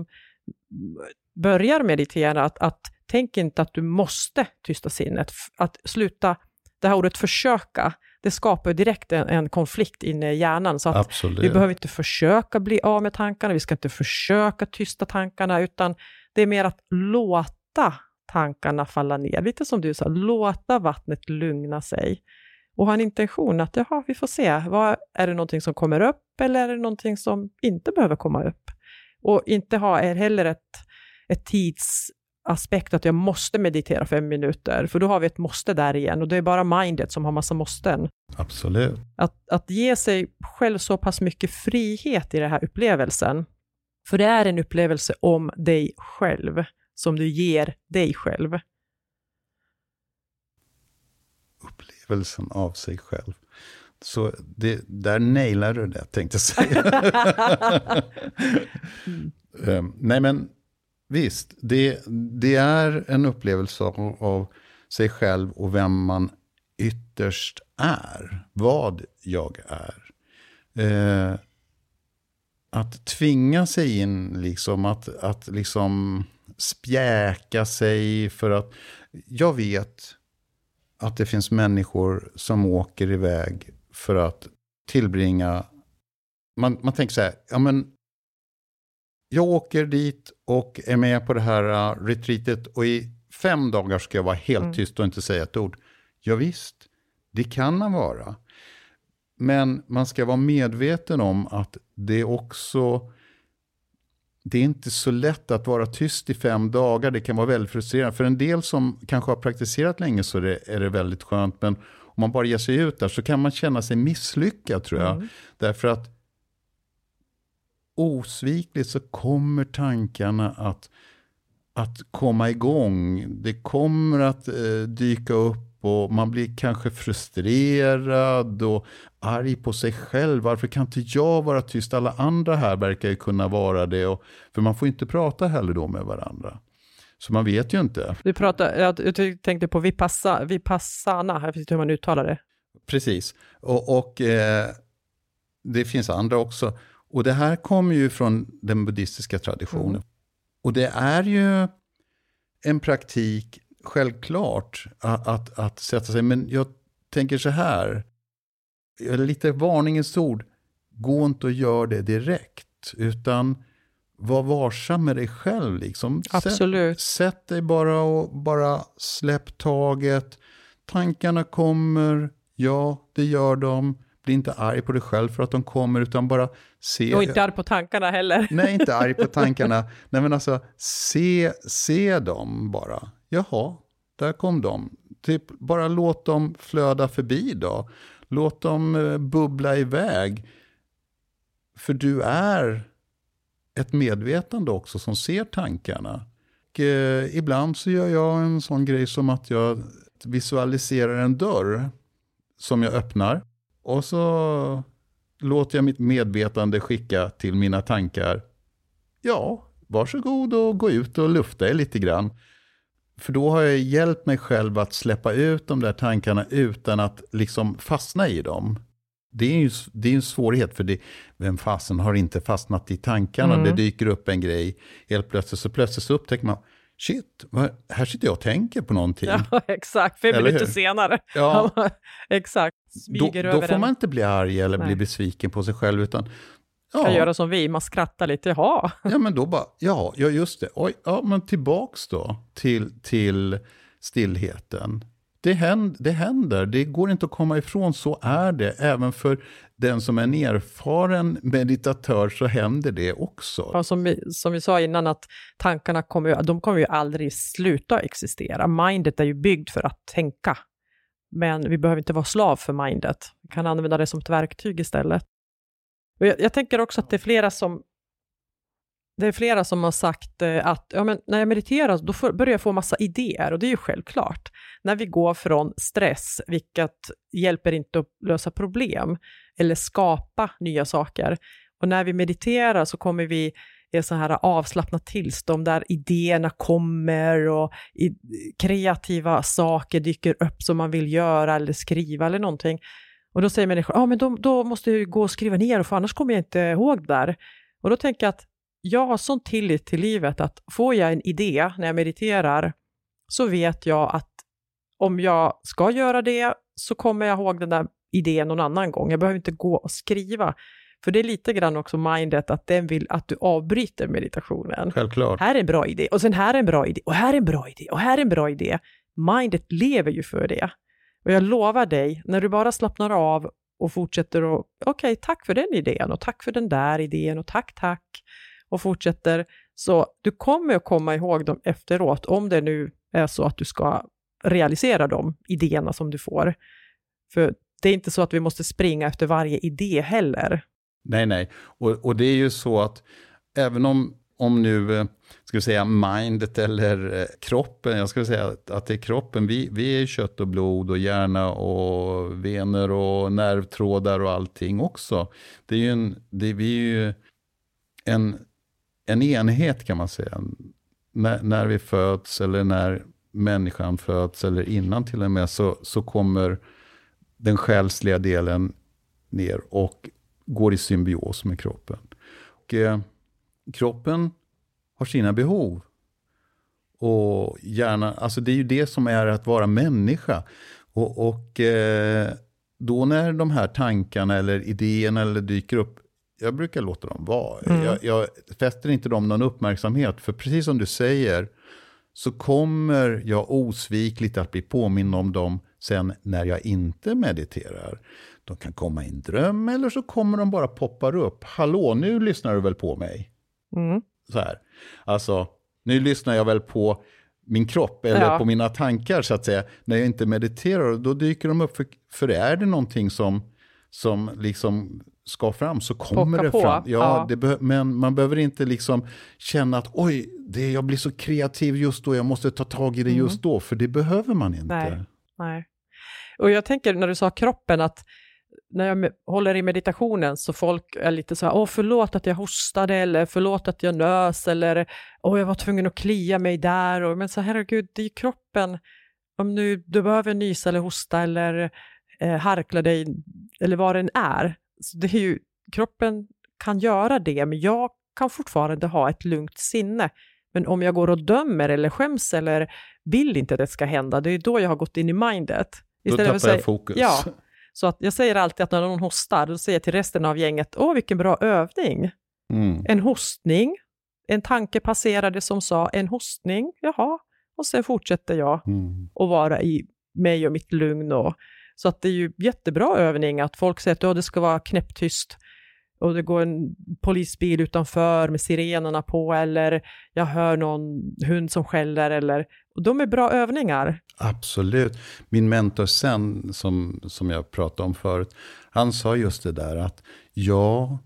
Speaker 3: börjar meditera att, att tänk inte att du måste tysta sinnet. Att sluta, det här ordet försöka, det skapar direkt en, en konflikt inne i hjärnan. Så att
Speaker 2: Absolut.
Speaker 3: Vi behöver inte försöka bli av med tankarna, vi ska inte försöka tysta tankarna, utan det är mer att låta tankarna falla ner. Lite som du sa, låta vattnet lugna sig. Och ha en intention att jaha, vi får se. Vad, är det någonting som kommer upp eller är det någonting som inte behöver komma upp? Och inte ha är heller ett, ett tidsaspekt att jag måste meditera fem minuter. För då har vi ett måste där igen. Och det är bara mindet som har massa måsten.
Speaker 2: Absolut.
Speaker 3: Att, att ge sig själv så pass mycket frihet i den här upplevelsen. För det är en upplevelse om dig själv. Som du ger dig själv.
Speaker 2: Upplevelsen av sig själv. Så det, där nailar du det, tänkte jag säga. mm. um, nej men visst, det, det är en upplevelse av, av sig själv och vem man ytterst är. Vad jag är. Uh, att tvinga sig in, liksom att, att liksom spjäka sig för att jag vet att det finns människor som åker iväg för att tillbringa, man, man tänker så här, ja men jag åker dit och är med på det här uh, retreatet och i fem dagar ska jag vara helt mm. tyst och inte säga ett ord. Ja visst, det kan man vara. Men man ska vara medveten om att det också, det är inte så lätt att vara tyst i fem dagar. Det kan vara väldigt frustrerande. För en del som kanske har praktiserat länge så är det, är det väldigt skönt. Men om man bara ger sig ut där så kan man känna sig misslyckad, tror jag. Mm. Därför att osvikligt så kommer tankarna att, att komma igång. Det kommer att eh, dyka upp och man blir kanske frustrerad och arg på sig själv. Varför kan inte jag vara tyst? Alla andra här verkar ju kunna vara det. Och, för man får inte prata heller då med varandra. Så man vet ju inte.
Speaker 3: Du pratar, jag tänkte på Vipassana, Vipassana, jag vet inte hur man uttalar det.
Speaker 2: Precis. Och, och eh, det finns andra också. Och det här kommer ju från den buddhistiska traditionen. Mm. Och det är ju en praktik, självklart, att, att, att sätta sig. Men jag tänker så här, lite varningens ord, gå inte och gör det direkt. Utan var varsam med dig själv. Liksom.
Speaker 3: Absolut.
Speaker 2: Sätt, sätt dig bara och bara släpp taget. Tankarna kommer, ja det gör de. Bli inte arg på dig själv för att de kommer, utan bara se.
Speaker 3: Och inte arg på tankarna heller.
Speaker 2: Nej, inte arg på tankarna. Nej, men alltså, se, se dem bara. Jaha, där kom de. Typ, bara låt dem flöda förbi då. Låt dem uh, bubbla iväg. För du är ett medvetande också som ser tankarna. Och, eh, ibland så gör jag en sån grej som att jag visualiserar en dörr som jag öppnar. Och så låter jag mitt medvetande skicka till mina tankar. Ja, varsågod och gå ut och lufta er lite grann. För då har jag hjälpt mig själv att släppa ut de där tankarna utan att liksom fastna i dem. Det är ju det är en svårighet, för det, vem fasen har inte fastnat i tankarna? Mm. Det dyker upp en grej, helt plötsligt så plötsligt så upptäcker man, shit, vad, här sitter jag och tänker på någonting.
Speaker 3: Ja, exakt, fem minuter senare.
Speaker 2: Ja.
Speaker 3: Exakt, smyger
Speaker 2: då,
Speaker 3: över
Speaker 2: då får
Speaker 3: den.
Speaker 2: man inte bli arg eller
Speaker 3: Nej.
Speaker 2: bli besviken på sig själv, utan ja.
Speaker 3: Kan göra som vi, man skrattar lite, jaha.
Speaker 2: Ja, men då bara, ja, ja just det. Oj, ja, men tillbaks då till, till stillheten. Det händer, det händer, det går inte att komma ifrån, så är det. Även för den som är en erfaren meditatör så händer det också.
Speaker 3: Ja, som, vi, som vi sa innan, att tankarna kommer, de kommer ju aldrig sluta existera. Mindet är ju byggd för att tänka. Men vi behöver inte vara slav för mindet. Vi kan använda det som ett verktyg istället. Och jag, jag tänker också att det är flera som det är flera som har sagt att ja, men när jag mediterar då får, börjar jag få massa idéer, och det är ju självklart. När vi går från stress, vilket hjälper inte att lösa problem eller skapa nya saker. Och när vi mediterar så kommer vi i så här avslappnat tillstånd där idéerna kommer och i, kreativa saker dyker upp som man vill göra eller skriva eller någonting. Och då säger människor, ja ah, men då, då måste jag gå och skriva ner, för annars kommer jag inte ihåg det där. Och då tänker jag att jag har sån tillit till livet att får jag en idé när jag mediterar, så vet jag att om jag ska göra det så kommer jag ihåg den där idén någon annan gång. Jag behöver inte gå och skriva. För det är lite grann också mindet att den vill att du avbryter meditationen.
Speaker 2: Självklart.
Speaker 3: Här är en bra idé, och sen här är en bra idé, och här är en bra idé, och här är en bra idé. Mindet lever ju för det. Och jag lovar dig, när du bara slappnar av och fortsätter och okej, okay, tack för den idén och tack för den där idén och tack, tack. Och fortsätter, så du kommer att komma ihåg dem efteråt, om det nu är så att du ska realisera de idéerna som du får. För det är inte så att vi måste springa efter varje idé heller.
Speaker 2: Nej, nej. Och, och det är ju så att även om, om nu, ska vi säga mindet eller eh, kroppen, jag ska säga att, att det är kroppen, vi, vi är kött och blod och hjärna och vener och nervtrådar och allting också. Det är ju en, det, vi är ju en, en enhet kan man säga. När, när vi föds eller när människan föds eller innan till och med, så, så kommer den själsliga delen ner och går i symbios med kroppen. Och, eh, kroppen har sina behov. Och gärna, alltså det är ju det som är att vara människa. Och, och eh, då när de här tankarna eller idéerna eller dyker upp, jag brukar låta dem vara. Mm. Jag, jag fäster inte dem någon uppmärksamhet. För precis som du säger, så kommer jag osvikligt att bli påminn om dem sen när jag inte mediterar. De kan komma i en dröm, eller så kommer de bara poppar upp. Hallå, nu lyssnar du väl på mig?
Speaker 3: Mm.
Speaker 2: Så här. Alltså, nu lyssnar jag väl på min kropp eller
Speaker 3: ja.
Speaker 2: på mina tankar så att säga. När jag inte mediterar, då dyker de upp. För, för är det någonting som, som liksom ska fram, så kommer
Speaker 3: Pocka
Speaker 2: det
Speaker 3: på.
Speaker 2: fram. Ja,
Speaker 3: ja.
Speaker 2: Det be- men man behöver inte liksom känna att oj, det, jag blir så kreativ just då, jag måste ta tag i det mm. just då. För det behöver man inte.
Speaker 3: Nej, nej. Och jag tänker när du sa kroppen, att när jag håller i meditationen så folk är lite så här, åh förlåt att jag hostade, eller förlåt att jag nös, eller åh jag var tvungen att klia mig där. Och, men så herregud, det är ju kroppen. Om nu du behöver nysa eller hosta eller eh, harkla dig eller vad den är. Så det är ju, kroppen kan göra det, men jag kan fortfarande ha ett lugnt sinne. Men om jag går och dömer eller skäms eller vill inte att det ska hända, det är då jag har gått in i mindet.
Speaker 2: Istället då tappar säga, jag fokus.
Speaker 3: Ja, så att jag säger alltid att när någon hostar, då säger jag till resten av gänget, åh vilken bra övning.
Speaker 2: Mm.
Speaker 3: En hostning, en tanke passerade som sa en hostning, jaha. Och sen fortsätter jag
Speaker 2: mm.
Speaker 3: att vara i mig och mitt lugn. Och, så att det är ju jättebra övning att folk säger att ja, det ska vara knäpptyst. Och det går en polisbil utanför med sirenerna på, eller jag hör någon hund som skäller, eller, och de är bra övningar.
Speaker 2: Absolut. Min mentor sen, som, som jag pratade om förut, han sa just det där att ja,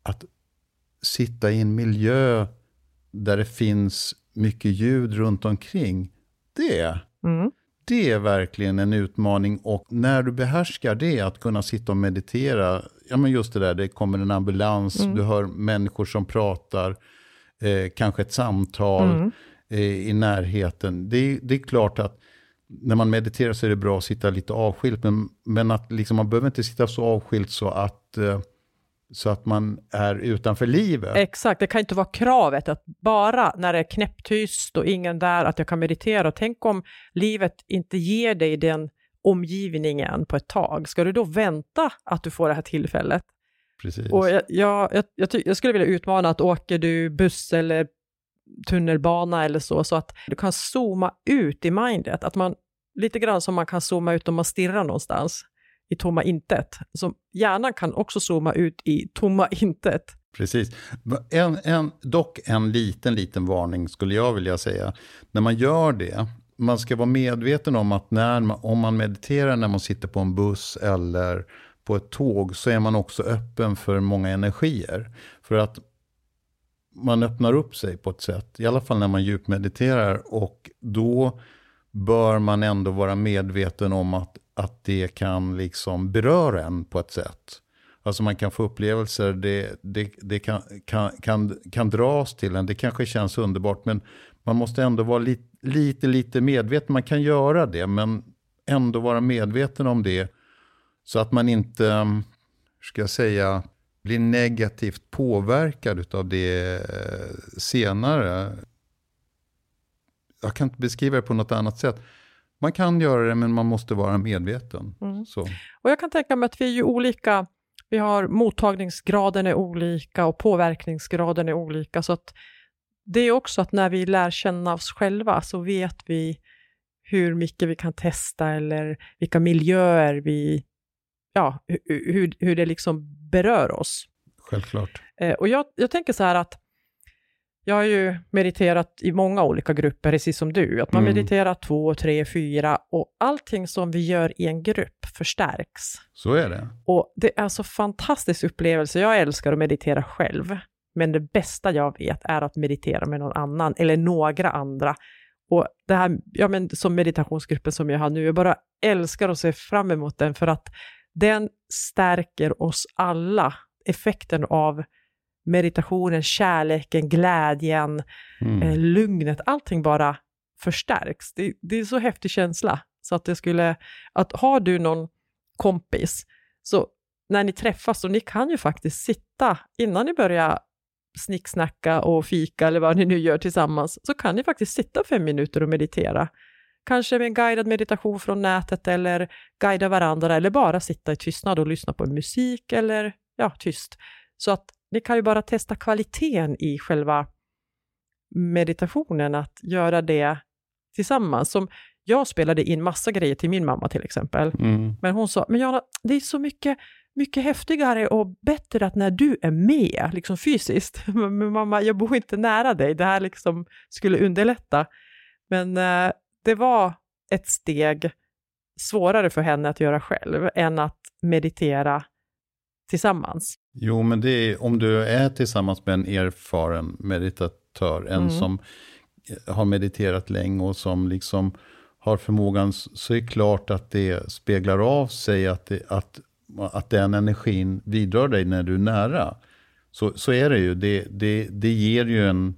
Speaker 2: att sitta i en miljö där det finns mycket ljud runt omkring, det, mm. det är verkligen en utmaning. Och när du behärskar det, att kunna sitta och meditera, ja men just det där, det kommer en ambulans, mm. du hör människor som pratar, eh, kanske ett samtal mm. eh, i närheten. Det, det är klart att när man mediterar så är det bra att sitta lite avskilt, men, men att liksom, man behöver inte sitta så avskilt så att eh, så att man är utanför livet.
Speaker 3: Exakt, det kan inte vara kravet att bara när det är knäpptyst och ingen där att jag kan meditera. Tänk om livet inte ger dig den omgivningen på ett tag. Ska du då vänta att du får det här tillfället?
Speaker 2: Precis.
Speaker 3: Och jag, jag, jag, jag, ty- jag skulle vilja utmana att åker du buss eller tunnelbana eller så, så att du kan zooma ut i mindet. Att man, lite grann som man kan zooma ut om man stirrar någonstans i tomma intet. Så hjärnan kan också zooma ut i tomma intet.
Speaker 2: Precis. En, en, dock en liten, liten varning skulle jag vilja säga. När man gör det, man ska vara medveten om att när man, om man mediterar när man sitter på en buss eller på ett tåg, så är man också öppen för många energier. För att man öppnar upp sig på ett sätt, i alla fall när man djupmediterar, och då bör man ändå vara medveten om att att det kan liksom beröra en på ett sätt. Alltså man kan få upplevelser, det, det, det kan, kan, kan, kan dras till en, det kanske känns underbart, men man måste ändå vara li, lite, lite medveten. Man kan göra det, men ändå vara medveten om det, så att man inte, hur ska jag säga, blir negativt påverkad av det senare. Jag kan inte beskriva det på något annat sätt. Man kan göra det, men man måste vara medveten. Mm. Så.
Speaker 3: Och jag kan tänka mig att vi är ju olika. Vi har mottagningsgraden är olika och påverkningsgraden är olika. Så att det är också att när vi lär känna oss själva så vet vi hur mycket vi kan testa eller vilka miljöer vi, ja, hur, hur det liksom berör oss.
Speaker 2: Självklart.
Speaker 3: Eh, och jag, jag tänker så här att jag har ju mediterat i många olika grupper, precis som du. Att man mm. mediterar två, tre, fyra och allting som vi gör i en grupp förstärks.
Speaker 2: Så är det.
Speaker 3: Och det är så fantastisk upplevelse. Jag älskar att meditera själv. Men det bästa jag vet är att meditera med någon annan eller några andra. Och det här, ja men som meditationsgruppen som jag har nu, jag bara älskar att se fram emot den, för att den stärker oss alla. Effekten av meditationen, kärleken, glädjen, mm. eh, lugnet, allting bara förstärks. Det, det är så häftig känsla. Så att det skulle, att har du någon kompis, så när ni träffas, och ni kan ju faktiskt sitta innan ni börjar snicksnacka och fika eller vad ni nu gör tillsammans, så kan ni faktiskt sitta fem minuter och meditera. Kanske med en guidad meditation från nätet, eller guida varandra, eller bara sitta i tystnad och lyssna på musik eller ja, tyst. Så att ni kan ju bara testa kvaliteten i själva meditationen, att göra det tillsammans. Som jag spelade in massa grejer till min mamma till exempel. Mm. Men hon sa, men Jana, det är så mycket, mycket häftigare och bättre att när du är med, liksom fysiskt. Men mamma, jag bor inte nära dig. Det här liksom skulle underlätta. Men eh, det var ett steg svårare för henne att göra själv än att meditera tillsammans.
Speaker 2: Jo, men det är, om du är tillsammans med en erfaren meditatör, en mm. som har mediterat länge och som liksom har förmågan, så är det klart att det speglar av sig att, det, att, att den energin vidrör dig när du är nära. Så, så är det ju. Det, det, det ger ju en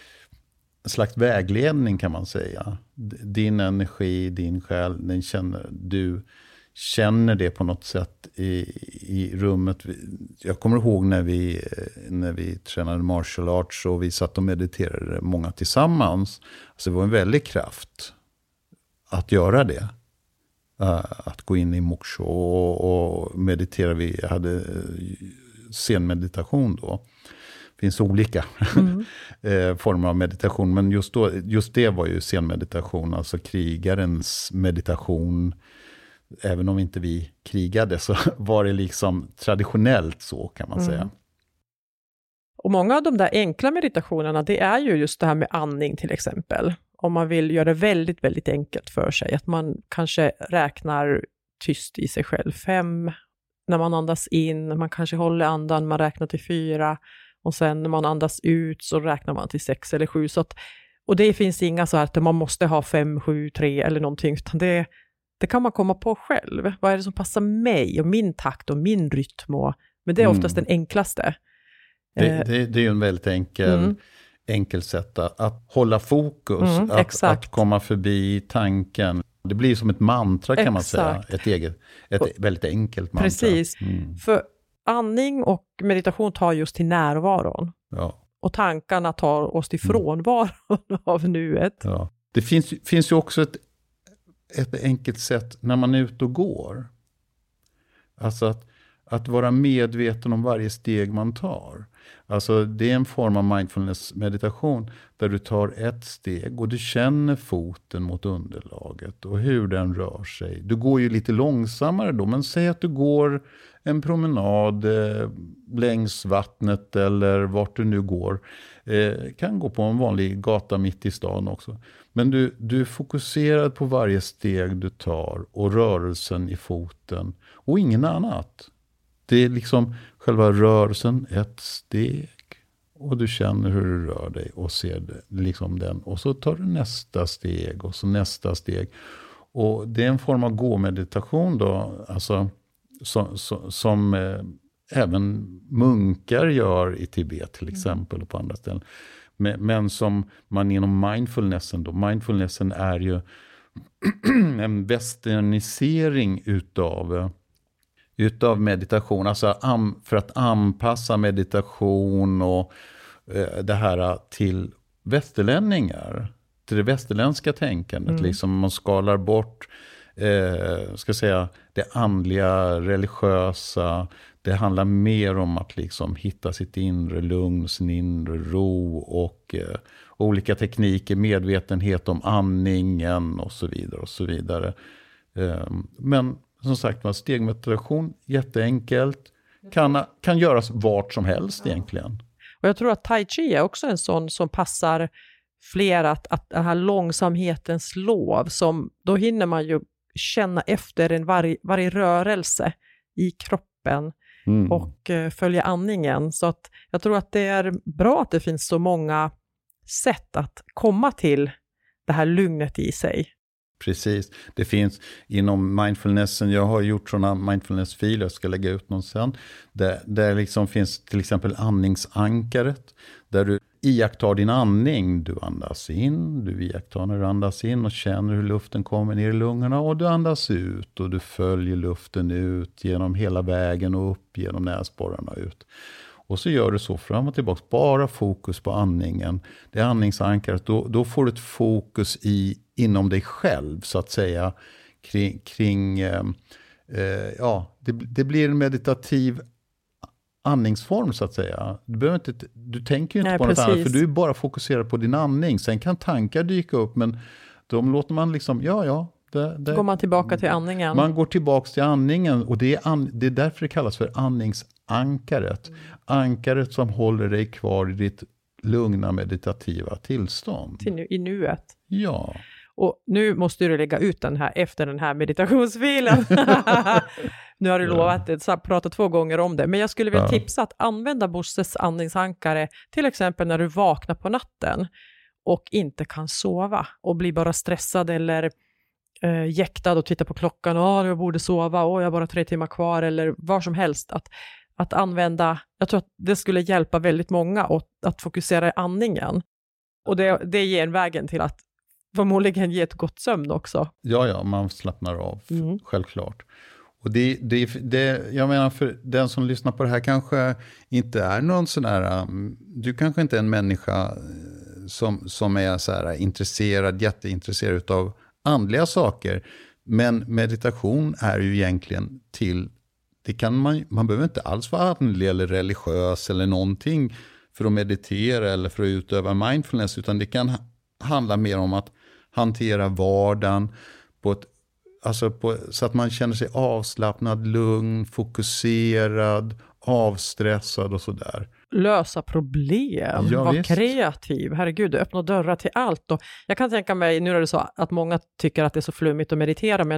Speaker 2: slags vägledning, kan man säga. Din energi, din själ, den känner du känner det på något sätt i, i rummet. Jag kommer ihåg när vi, när vi tränade martial arts och vi satt och mediterade många tillsammans. Alltså det var en väldig kraft att göra det. Att gå in i moksha och, och meditera. Vi hade scenmeditation då. Det finns olika mm. former av meditation. Men just, då, just det var ju scenmeditation. Alltså krigarens meditation. Även om inte vi krigade så var det liksom traditionellt så, kan man mm. säga.
Speaker 3: Och många av de där enkla meditationerna, det är ju just det här med andning till exempel. Om man vill göra det väldigt, väldigt enkelt för sig. Att man kanske räknar tyst i sig själv. Fem, när man andas in, man kanske håller andan, man räknar till fyra och sen när man andas ut så räknar man till sex eller sju. Så att, och det finns inga så här att man måste ha fem, sju, tre eller någonting, utan det, det kan man komma på själv. Vad är det som passar mig och min takt och min rytm? Och, men det är oftast mm. den enklaste.
Speaker 2: Det, det, det är ju en väldigt enkel, mm. enkel sätt att, att hålla fokus,
Speaker 3: mm,
Speaker 2: att, att komma förbi tanken. Det blir som ett mantra kan exakt. Man säga, ett eget, ett och, väldigt enkelt mantra.
Speaker 3: Precis, mm. för andning och meditation tar just till närvaron.
Speaker 2: Ja.
Speaker 3: Och tankarna tar oss till frånvaron mm. av nuet.
Speaker 2: Ja. Det finns, finns ju också ett, ett enkelt sätt när man är ute och går. Alltså att, att vara medveten om varje steg man tar. Alltså det är en form av mindfulness-meditation där du tar ett steg och du känner foten mot underlaget och hur den rör sig. Du går ju lite långsammare då, men säg att du går en promenad eh, längs vattnet eller vart du nu går. Eh, kan gå på en vanlig gata mitt i stan också. Men du, du är fokuserad på varje steg du tar och rörelsen i foten och ingen annat. Det är liksom själva rörelsen, ett steg. Och du känner hur du rör dig och ser det, liksom den. Och så tar du nästa steg och så nästa steg. Och det är en form av gå-meditation då. Alltså som, som, som eh, även munkar gör i Tibet till exempel och på andra ställen. Men, men som man inom mindfulnessen då. Mindfulnessen är ju en westernisering utav... utav meditation, alltså am, för att anpassa meditation och eh, det här till västerlänningar, till det västerländska tänkandet. Mm. Liksom man skalar bort eh, ska säga, det andliga, religiösa. Det handlar mer om att liksom hitta sitt inre lugn, sin inre ro och eh, olika tekniker, medvetenhet om andningen och så vidare och så vidare. Eh, men som sagt var, stegmeditation, jätteenkelt. Kan, kan göras vart som helst ja. Egentligen.
Speaker 3: Och jag tror att tai chi är också en sån som passar fler, att, att den här långsamhetens lov, som då hinner man ju känna efter en varje, varje rörelse i kroppen mm. och uh, följa andningen. Så att jag tror att det är bra att det finns så många sätt att komma till det här lugnet i sig.
Speaker 2: Precis. Det finns inom mindfulnessen, jag har gjort sådana mindfulness-filer, jag ska lägga ut någon sen. Där, där liksom finns till exempel andningsankaret. Där du iakttar din andning. Du andas in, du iakttar när du andas in och känner hur luften kommer ner i lungorna. Och du andas ut och du följer luften ut genom hela vägen och upp genom näsborrarna ut. Och så gör du så fram och tillbaka. Bara fokus på andningen. Det är andningsankaret. Då, då får du ett fokus i, inom dig själv så att säga. Kring, kring eh, eh, ja, det, det blir en meditativ andningsform så att säga. Du, behöver inte, du tänker ju inte Nej, på något precis. Annat. För du är bara fokuserad på din andning. Sen kan tankar dyka upp. Men de låter man liksom, ja ja. Det, det,
Speaker 3: går man tillbaka till andningen?
Speaker 2: Man går tillbaka till andningen. Och det är, an, det är därför det kallas för andningsankaret. Mm. Ankaret som håller dig kvar i ditt lugna meditativa tillstånd.
Speaker 3: Till nu, i nuet.
Speaker 2: Ja.
Speaker 3: Och nu måste du lägga ut den här efter den här meditationsfilen. Nu har du lovat att prata två gånger om det. Men jag skulle vilja ja. tipsa att använda Bosses andningsankare. Till exempel när du vaknar på natten och inte kan sova. Och blir bara stressad eller eh, jäktad och tittar på klockan. Åh, jag borde sova. Åh, jag har bara tre timmar kvar. Eller vad som helst. Att, att använda, jag tror att det skulle hjälpa väldigt många att, att fokusera i andningen. Och det, det ger vägen till att förmodligen ge ett gott sömn också.
Speaker 2: Ja, ja, man slappnar av, mm. självklart. Och det, det, det, jag menar, för den som lyssnar på det här kanske inte är någon sån här, du kanske inte är en människa som, som är så här intresserad, jätteintresserad av andliga saker. Men meditation är ju egentligen till, det kan man, man behöver inte alls vara andlig eller religiös eller någonting för att meditera eller för att utöva mindfulness, utan det kan handla mer om att hantera vardagen på ett, alltså på, så att man känner sig avslappnad, lugn, fokuserad, avstressad och sådär. Lösa
Speaker 3: problem, ja, var visst. Kreativ. Herregud, du öppnar dörrar till allt. Och jag kan tänka mig, nu är det så att många tycker att det är så flummigt att meditera, men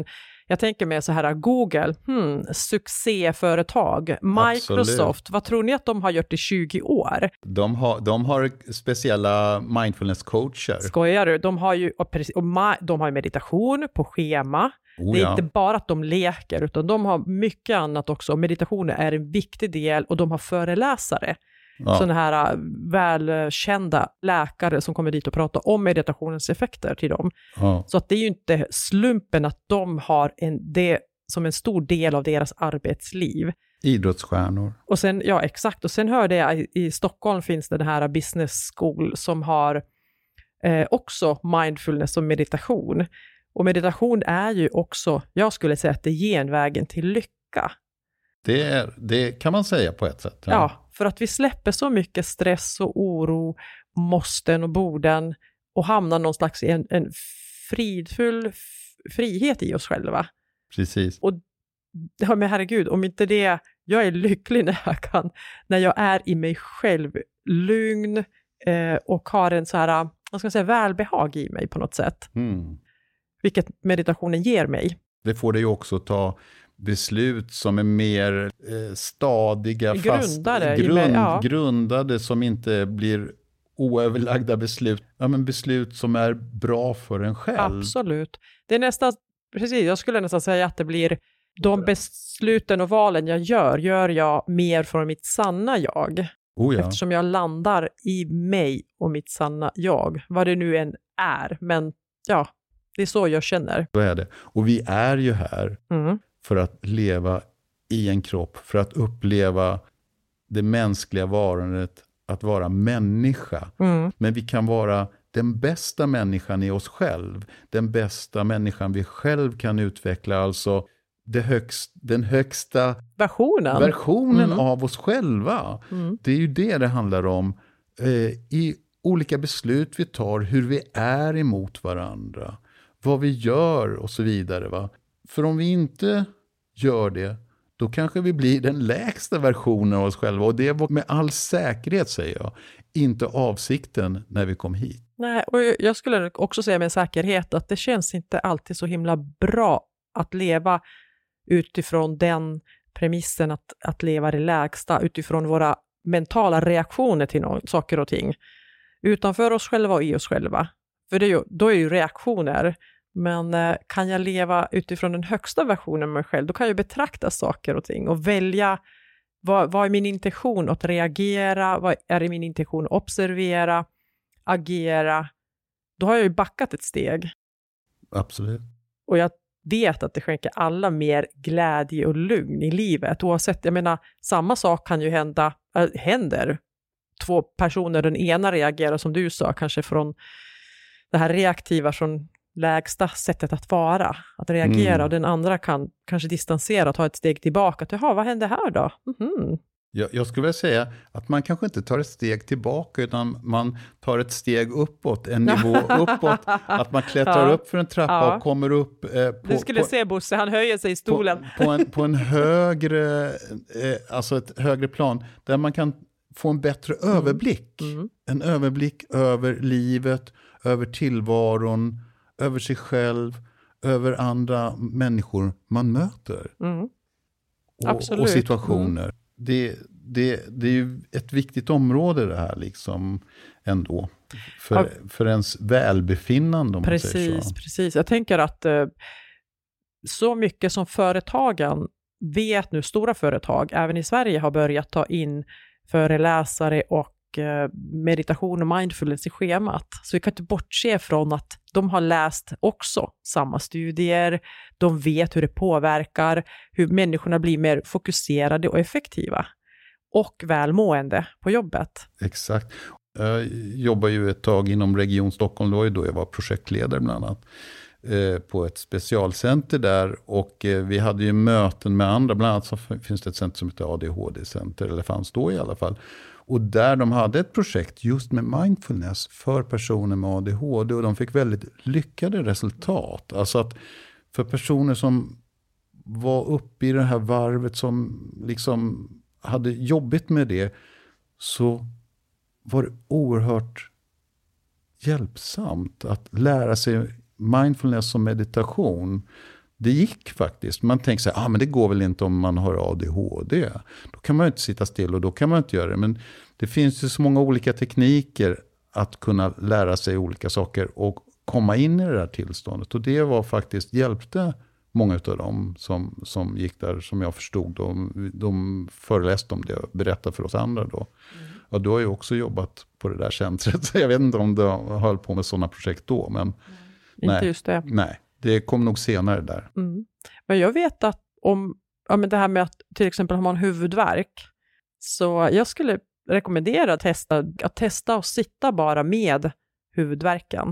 Speaker 3: Jag tänker mig så här, Google, hmm, succéföretag, Microsoft,
Speaker 2: Absolut.
Speaker 3: Vad tror ni att de har gjort i tjugo år?
Speaker 2: De har, de har speciella mindfulness-coacher.
Speaker 3: Skojar du? De har ju och precis, och ma- de har ju meditation på schema.
Speaker 2: Oh,
Speaker 3: det är
Speaker 2: ja.
Speaker 3: inte bara att de leker, utan de har mycket annat också. Meditation är en viktig del och de har föreläsare.
Speaker 2: Ja.
Speaker 3: Sådana här uh, välkända läkare som kommer dit och pratar om meditationens effekter till dem.
Speaker 2: Ja.
Speaker 3: Så att det är ju inte slumpen att de har en, det som en stor del av deras arbetsliv.
Speaker 2: Idrottsstjärnor.
Speaker 3: Och sen, ja exakt, och sen hörde jag i, i Stockholm finns det den här business school som har eh, också mindfulness och meditation. Och meditation är ju också, jag skulle säga att det ger en vägen till lycka.
Speaker 2: Det, är, det kan man säga på ett sätt.
Speaker 3: Ja. ja, för att vi släpper så mycket stress och oro, måsten och borden och hamnar någon slags en, en fridfull f- frihet i oss själva.
Speaker 2: Precis.
Speaker 3: Och ja, men herregud, om inte det, jag är lycklig när jag kan, när jag är i mig själv lugn eh, och har en så här, vad ska jag säga, välbehag i mig på något sätt.
Speaker 2: Mm.
Speaker 3: Vilket meditationen ger mig.
Speaker 2: Det får dig också att ta beslut som är mer eh, stadiga,
Speaker 3: Grundade,
Speaker 2: fast, grund,
Speaker 3: med, ja.
Speaker 2: grundade som inte blir oöverlagda beslut. Ja, men beslut som är bra för en själv.
Speaker 3: Absolut. Det är nästan, precis, jag skulle nästan säga att det blir de besluten och valen jag gör, gör jag mer från mitt sanna jag.
Speaker 2: Oh ja.
Speaker 3: Eftersom jag landar i mig och mitt sanna jag. Vad det nu än är. Men ja, det är så jag känner.
Speaker 2: Så är det. Och vi är ju här
Speaker 3: Mm.
Speaker 2: för att leva i en kropp. För att uppleva det mänskliga varandet, att vara människa.
Speaker 3: Mm.
Speaker 2: Men vi kan vara den bästa människan i oss själv. Den bästa människan vi själv kan utveckla. Alltså det högst, den högsta
Speaker 3: Versionen.
Speaker 2: versionen
Speaker 3: Mm.
Speaker 2: av oss själva.
Speaker 3: Mm.
Speaker 2: Det är ju det det handlar om. Eh, I olika beslut vi tar, hur vi är emot varandra. Vad vi gör och så vidare. Va? För om vi inte gör det, då kanske vi blir den lägsta versionen av oss själva. Och det var med all säkerhet, säger jag, inte avsikten när vi kom hit.
Speaker 3: Nej, och jag skulle också säga med säkerhet att det känns inte alltid så himla bra att leva utifrån den premissen att, att leva det lägsta, utifrån våra mentala reaktioner till no- saker och ting. Utanför oss själva och i oss själva. För det är ju, då är ju reaktioner. Men eh, kan jag leva utifrån den högsta versionen av mig själv, då kan jag betrakta saker och ting och välja vad, vad är min intention att reagera, vad är det min intention att observera, agera. Då har jag ju backat ett steg.
Speaker 2: Absolut.
Speaker 3: Och jag vet att det skänker alla mer glädje och lugn i livet. Oavsett, jag menar, samma sak kan ju hända, äh, händer. Två personer, den ena reagerar som du sa, kanske från det här reaktiva, från lägsta sättet att vara, att reagera.
Speaker 2: Mm.
Speaker 3: Och den andra kan kanske distansera och ta ett steg tillbaka. Jaha, vad hände här då? Mm-hmm.
Speaker 2: Jag, jag skulle vilja säga att man kanske inte tar ett steg tillbaka, utan man tar ett steg uppåt, en nivå uppåt. Att man klättrar
Speaker 3: Ja.
Speaker 2: upp för en trappa
Speaker 3: Ja.
Speaker 2: och kommer upp eh, på,
Speaker 3: Du skulle
Speaker 2: på,
Speaker 3: se Bosse, han höjer sig i stolen.
Speaker 2: på, på, en, på en högre, eh, alltså ett högre plan, där man kan få en bättre
Speaker 3: Mm.
Speaker 2: överblick.
Speaker 3: Mm.
Speaker 2: En överblick över livet, över tillvaron, över sig själv, över andra människor man möter.
Speaker 3: Mm.
Speaker 2: Och,
Speaker 3: Absolut.
Speaker 2: och situationer. Det, det, det är ju ett viktigt område det här liksom ändå. För,
Speaker 3: Ja.
Speaker 2: för ens välbefinnande, om man säger
Speaker 3: Precis,
Speaker 2: så.
Speaker 3: precis. Jag tänker att eh, så mycket som företagen vet nu, stora företag, även i Sverige har börjat ta in föreläsare och eh, meditation och mindfulness i schemat. Så vi kan inte bortse från att de har läst också samma studier. De vet hur det påverkar, hur människorna blir mer fokuserade och effektiva. Och välmående på jobbet.
Speaker 2: Exakt. Jag jobbar ju ett tag inom Region Stockholm, det var ju då jag var projektledare bland annat, eh, på ett specialcenter där, och eh, vi hade ju möten med andra, bland annat så finns det ett center som heter A D H D-center, eller fanns då i alla fall, och där de hade ett projekt just med mindfulness för personer med A D H D, och de fick väldigt lyckade resultat. Alltså att för personer som var uppe i det här varvet, som liksom hade jobbigt med det, så var det oerhört hjälpsamt att lära sig mindfulness och meditation. det gick faktiskt. Man tänker så här, ah, men det går väl inte om man har A D H D. Då kan man ju inte sitta still och då kan man inte göra det. Men det finns ju så många olika tekniker att kunna lära sig olika saker och komma in i det här tillståndet. Och det var faktiskt, hjälpte många av dem som, som gick där, som jag förstod. De, de föreläste om det och berättade för oss andra då. Mm. Ja, du har ju också jobbat på det där centret. Så jag vet inte om du höll på med sådana projekt då. Men, mm.
Speaker 3: nej, inte just det.
Speaker 2: Nej, det kom nog senare där.
Speaker 3: Mm. Men jag vet att om ja, men det här med att till exempel har man huvudvärk. Så jag skulle rekommendera att testa, att testa och sitta bara med huvudvärken.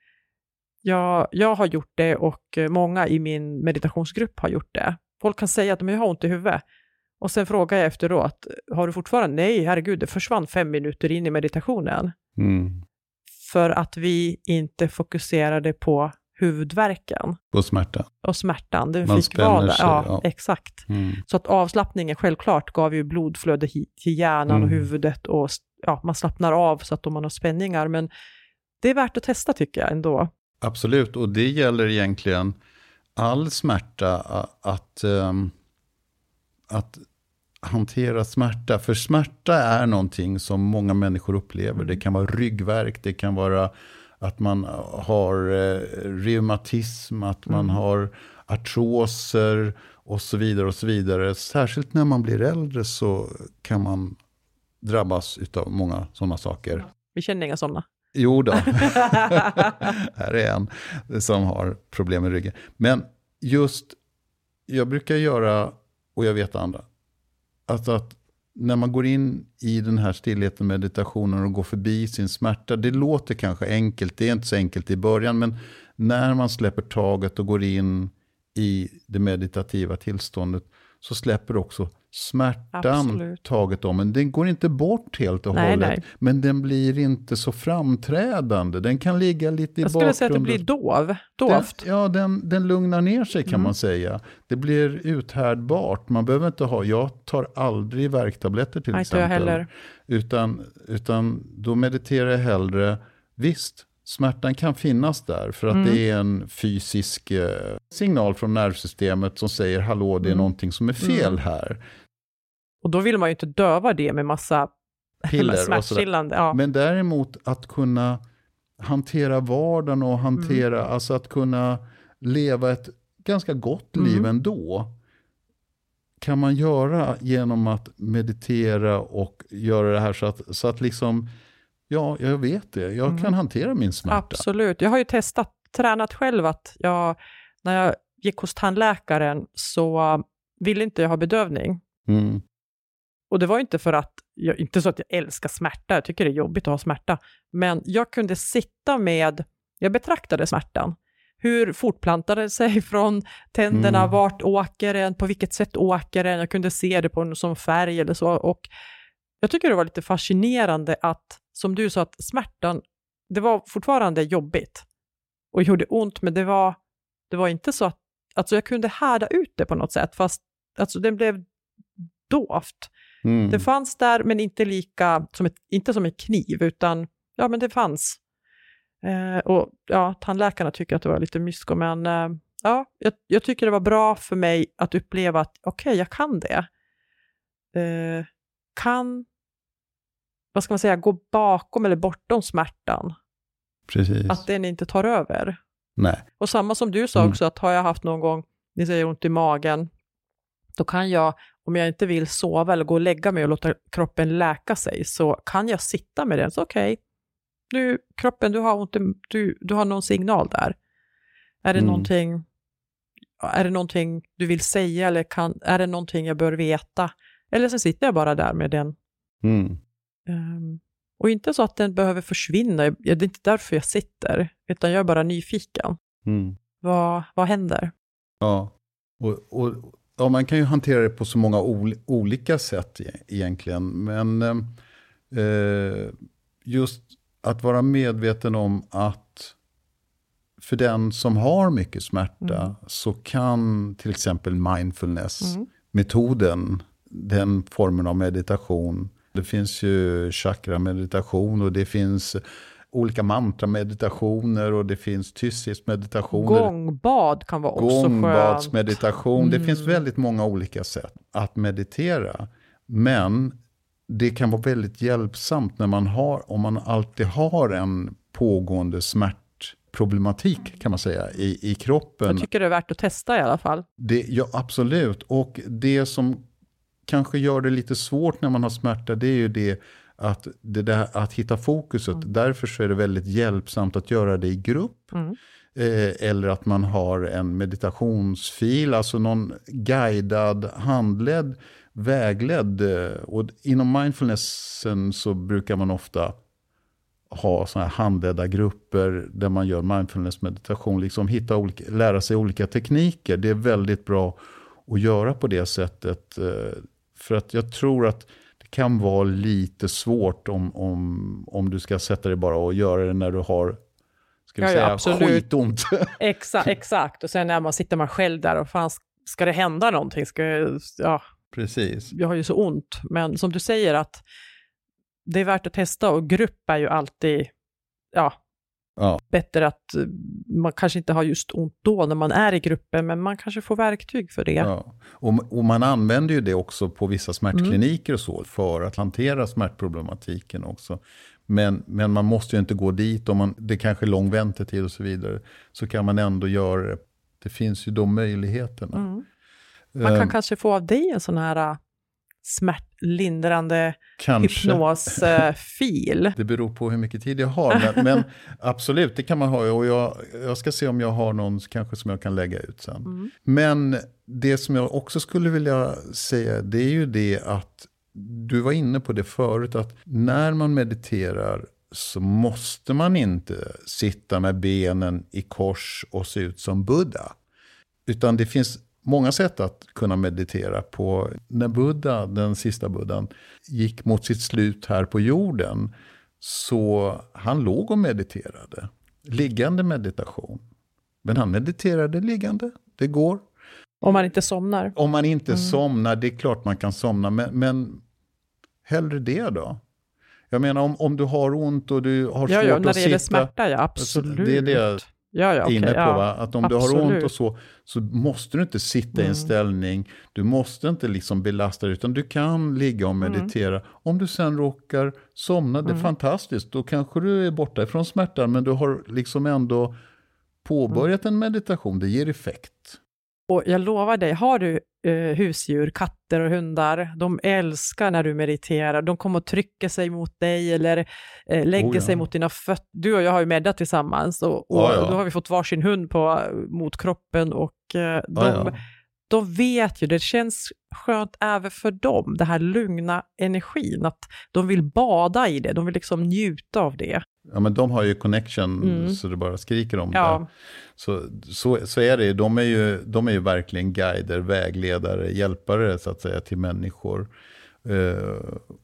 Speaker 3: Jag, jag har gjort det och många i min meditationsgrupp har gjort det. Folk kan säga att de har ont i huvudet. Och sen frågar jag efteråt, har du fortfarande? Nej, herregud, det försvann fem minuter in i meditationen.
Speaker 2: Mm.
Speaker 3: För att vi inte fokuserade på huvudvärken.
Speaker 2: På smärtan.
Speaker 3: Och smärtan, den
Speaker 2: Man
Speaker 3: fick vara där.
Speaker 2: Sig,
Speaker 3: ja,
Speaker 2: ja,
Speaker 3: exakt.
Speaker 2: Mm.
Speaker 3: Så att avslappningen självklart gav ju blodflöde till hjärnan mm. och huvudet. Och ja, man slappnar av så att om man har spänningar. Men det är värt att testa tycker jag ändå.
Speaker 2: Absolut, och det gäller egentligen all smärta att, um, att hantera smärta. För smärta är någonting som många människor upplever. Mm. Det kan vara ryggvärk, det kan vara att man har eh, reumatism, att man mm. har artroser och så vidare och så vidare. Särskilt när man blir äldre så kan man drabbas av många sådana saker.
Speaker 3: Vi känner inga sådana.
Speaker 2: Jo då. Här är en som har problem med ryggen. Men just, jag brukar göra, och jag vet andra, alltså att när man går in i den här stillheten, meditationen och går förbi sin smärta, det låter kanske enkelt, det är inte så enkelt i början, men när man släpper taget och går in i det meditativa tillståndet så släpper också smärtan Absolut. taget om. Men den går inte bort helt och nej, hållet. Nej. Men den blir inte så framträdande. Den kan ligga lite i bakgrunden. Jag skulle
Speaker 3: bakgrunden. säga att det blir dov. Dovt.
Speaker 2: Den, ja, den, den lugnar ner sig kan mm. man säga. Det blir uthärdbart. Man behöver inte ha, jag tar aldrig värktabletter till
Speaker 3: nej,
Speaker 2: exempel.
Speaker 3: Jag heller.
Speaker 2: Utan, utan då mediterar jag hellre, visst, smärtan kan finnas där för att mm. det är en fysisk eh, signal från nervsystemet som säger hallå, det är mm. någonting som är fel mm. här.
Speaker 3: Och då vill man ju inte döva det med massa
Speaker 2: piller
Speaker 3: smärtstillande. Ja.
Speaker 2: Men däremot att kunna hantera vardagen och hantera, mm. alltså att kunna leva ett ganska gott mm. liv ändå kan man göra genom att meditera och göra det här så att, så att liksom ja, jag vet det. Jag mm. kan hantera min smärta.
Speaker 3: Absolut. Jag har ju testat, tränat själv att jag, när jag gick hos tandläkaren så ville inte jag ha bedövning.
Speaker 2: Mm.
Speaker 3: Och det var inte för att, jag, inte så att jag älskar smärta. Jag tycker det är jobbigt att ha smärta. Men jag kunde sitta med, jag betraktade smärtan. Hur fortplantade det sig från tänderna, mm. vart åker den, på vilket sätt åker den. Jag kunde se det på som färg eller så. Och jag tycker det var lite fascinerande att, som du sa, att smärtan, det var fortfarande jobbigt och gjorde ont, men det var, det var inte så att, alltså jag kunde härda ut det på något sätt, fast alltså den blev dovt. Mm. Det fanns där, men inte lika, som ett, inte som en kniv, utan ja, men det fanns. Eh, och ja, tandläkarna tycker att det var lite mysko, men eh, ja, jag, jag tycker det var bra för mig att uppleva att okej, okay, jag kan det. Eh, kan vad ska man säga, gå bakom eller bortom smärtan.
Speaker 2: Precis.
Speaker 3: Att den inte tar över.
Speaker 2: Nej.
Speaker 3: Och samma som du sa mm. också, att har jag haft någon gång, ni säger ont i magen, då kan jag, om jag inte vill sova eller gå och lägga mig och låta kroppen läka sig, så kan jag sitta med den. Så okej, okay, nu kroppen, du har ont, du, du har någon signal där. Är det mm. någonting, är det någonting du vill säga, eller kan, är det någonting jag bör veta? Eller så sitter jag bara där med den.
Speaker 2: Mm.
Speaker 3: Um, och inte så att den behöver försvinna. Det är inte därför jag sitter, utan jag är bara nyfiken.
Speaker 2: Mm.
Speaker 3: Vad, vad händer?
Speaker 2: Ja, och, och ja, man kan ju hantera det på så många ol, olika sätt egentligen. Men eh, just att vara medveten om att för den som har mycket smärta mm. så kan till exempel mindfulness-metoden, mm. den formen av meditation. Det finns ju chakra-meditation och det finns olika mantrameditationer och det finns tystnadsmeditationer.
Speaker 3: Gångbad kan vara också skönt.
Speaker 2: Gångbadsmeditation.
Speaker 3: Mm.
Speaker 2: Det finns väldigt många olika sätt att meditera. Men det kan vara väldigt hjälpsamt när man har, om man alltid har en pågående smärtproblematik kan man säga i, i kroppen.
Speaker 3: Jag tycker det är värt att testa i alla fall.
Speaker 2: Det, ja, absolut. Och det som kanske gör det lite svårt när man har smärta, det är ju det att, det där, att hitta fokuset. Mm. Därför så är det väldigt hjälpsamt att göra det i grupp. Mm. Eh, eller att man har en meditationsfil, alltså någon guidad, handledd, vägledd. Och inom mindfulnessen så brukar man ofta ha såna här handledda grupper där man gör mindfulness-meditation. Liksom hitta olika, lära sig olika tekniker. Det är väldigt bra att göra på det sättet. Eh, för att jag tror att det kan vara lite svårt om, om, om du ska sätta dig bara och göra det när du har, ska vi
Speaker 3: ja,
Speaker 2: säga,
Speaker 3: ja, absolut.
Speaker 2: skitont.
Speaker 3: Exakt, exakt. Och sen när man sitter man själv där och fan, ska det hända någonting? Ska jag, ja.
Speaker 2: Precis.
Speaker 3: Jag har ju så ont. Men som du säger att det är värt att testa och grupp är ju alltid ja,
Speaker 2: ja.
Speaker 3: bättre att man kanske inte har just ont då när man är i gruppen, men man kanske får verktyg för det.
Speaker 2: Ja. Och, och man använder ju det också på vissa smärtkliniker mm. och så för att hantera smärtproblematiken också. Men, men man måste ju inte gå dit om man, det kanske är lång väntetid och så vidare, så kan man ändå göra det. Det finns ju de möjligheterna.
Speaker 3: Mm. Man kan um, kanske få av dig en sån här smärtlindrande hypnosfil.
Speaker 2: Det beror på hur mycket tid jag har. Men, men absolut, det kan man ha. Och jag, jag ska se om jag har någon kanske som jag kan lägga ut sen. Mm. Men det som jag också skulle vilja säga, det är ju det att du var inne på det förut, att när man mediterar så måste man inte sitta med benen i kors och se ut som Buddha. Utan det finns många sätt att kunna meditera på. När Buddha, den sista Buddhan, gick mot sitt slut här på jorden, så han låg och mediterade. Liggande meditation. Men han mediterade liggande. Det går.
Speaker 3: Om man inte somnar.
Speaker 2: Om man inte
Speaker 3: mm. somnar,
Speaker 2: det är klart man kan somna. Men, men hellre det då. Jag menar om, om du har ont och du har
Speaker 3: ja,
Speaker 2: svårt
Speaker 3: ja, när
Speaker 2: att
Speaker 3: det
Speaker 2: sitta.
Speaker 3: gäller smärta, ja, absolut.
Speaker 2: Det är det
Speaker 3: ja, ja, okay,
Speaker 2: inne på,
Speaker 3: ja,
Speaker 2: va? Att om
Speaker 3: absolut.
Speaker 2: du har ont och så, så måste du inte sitta mm. i en ställning. Du måste inte liksom belasta dig, utan du kan ligga och meditera. Mm. Om du sen råkar somna, det är mm. fantastiskt. Då kanske du är borta ifrån smärtan, men du har liksom ändå påbörjat mm. en meditation. Det ger effekt.
Speaker 3: Och jag lovar dig, har du eh, husdjur, katter och hundar, de älskar när du mediterar. De kommer att trycka sig mot dig eller eh, lägga oh, ja. sig mot dina fötter. Du och jag har ju meddat tillsammans och, och oh, ja. då har vi fått varsin hund på, mot kroppen och eh, de, oh, ja. de vet ju, det känns skönt även för dem, det här lugna energin, att de vill bada i det, de vill liksom njuta av det.
Speaker 2: Ja, men de har ju connection mm. så det bara skriker om
Speaker 3: ja.
Speaker 2: det. Så, så, så är det ju. De är ju, de är ju verkligen guider, vägledare, hjälpare så att säga till människor. Uh,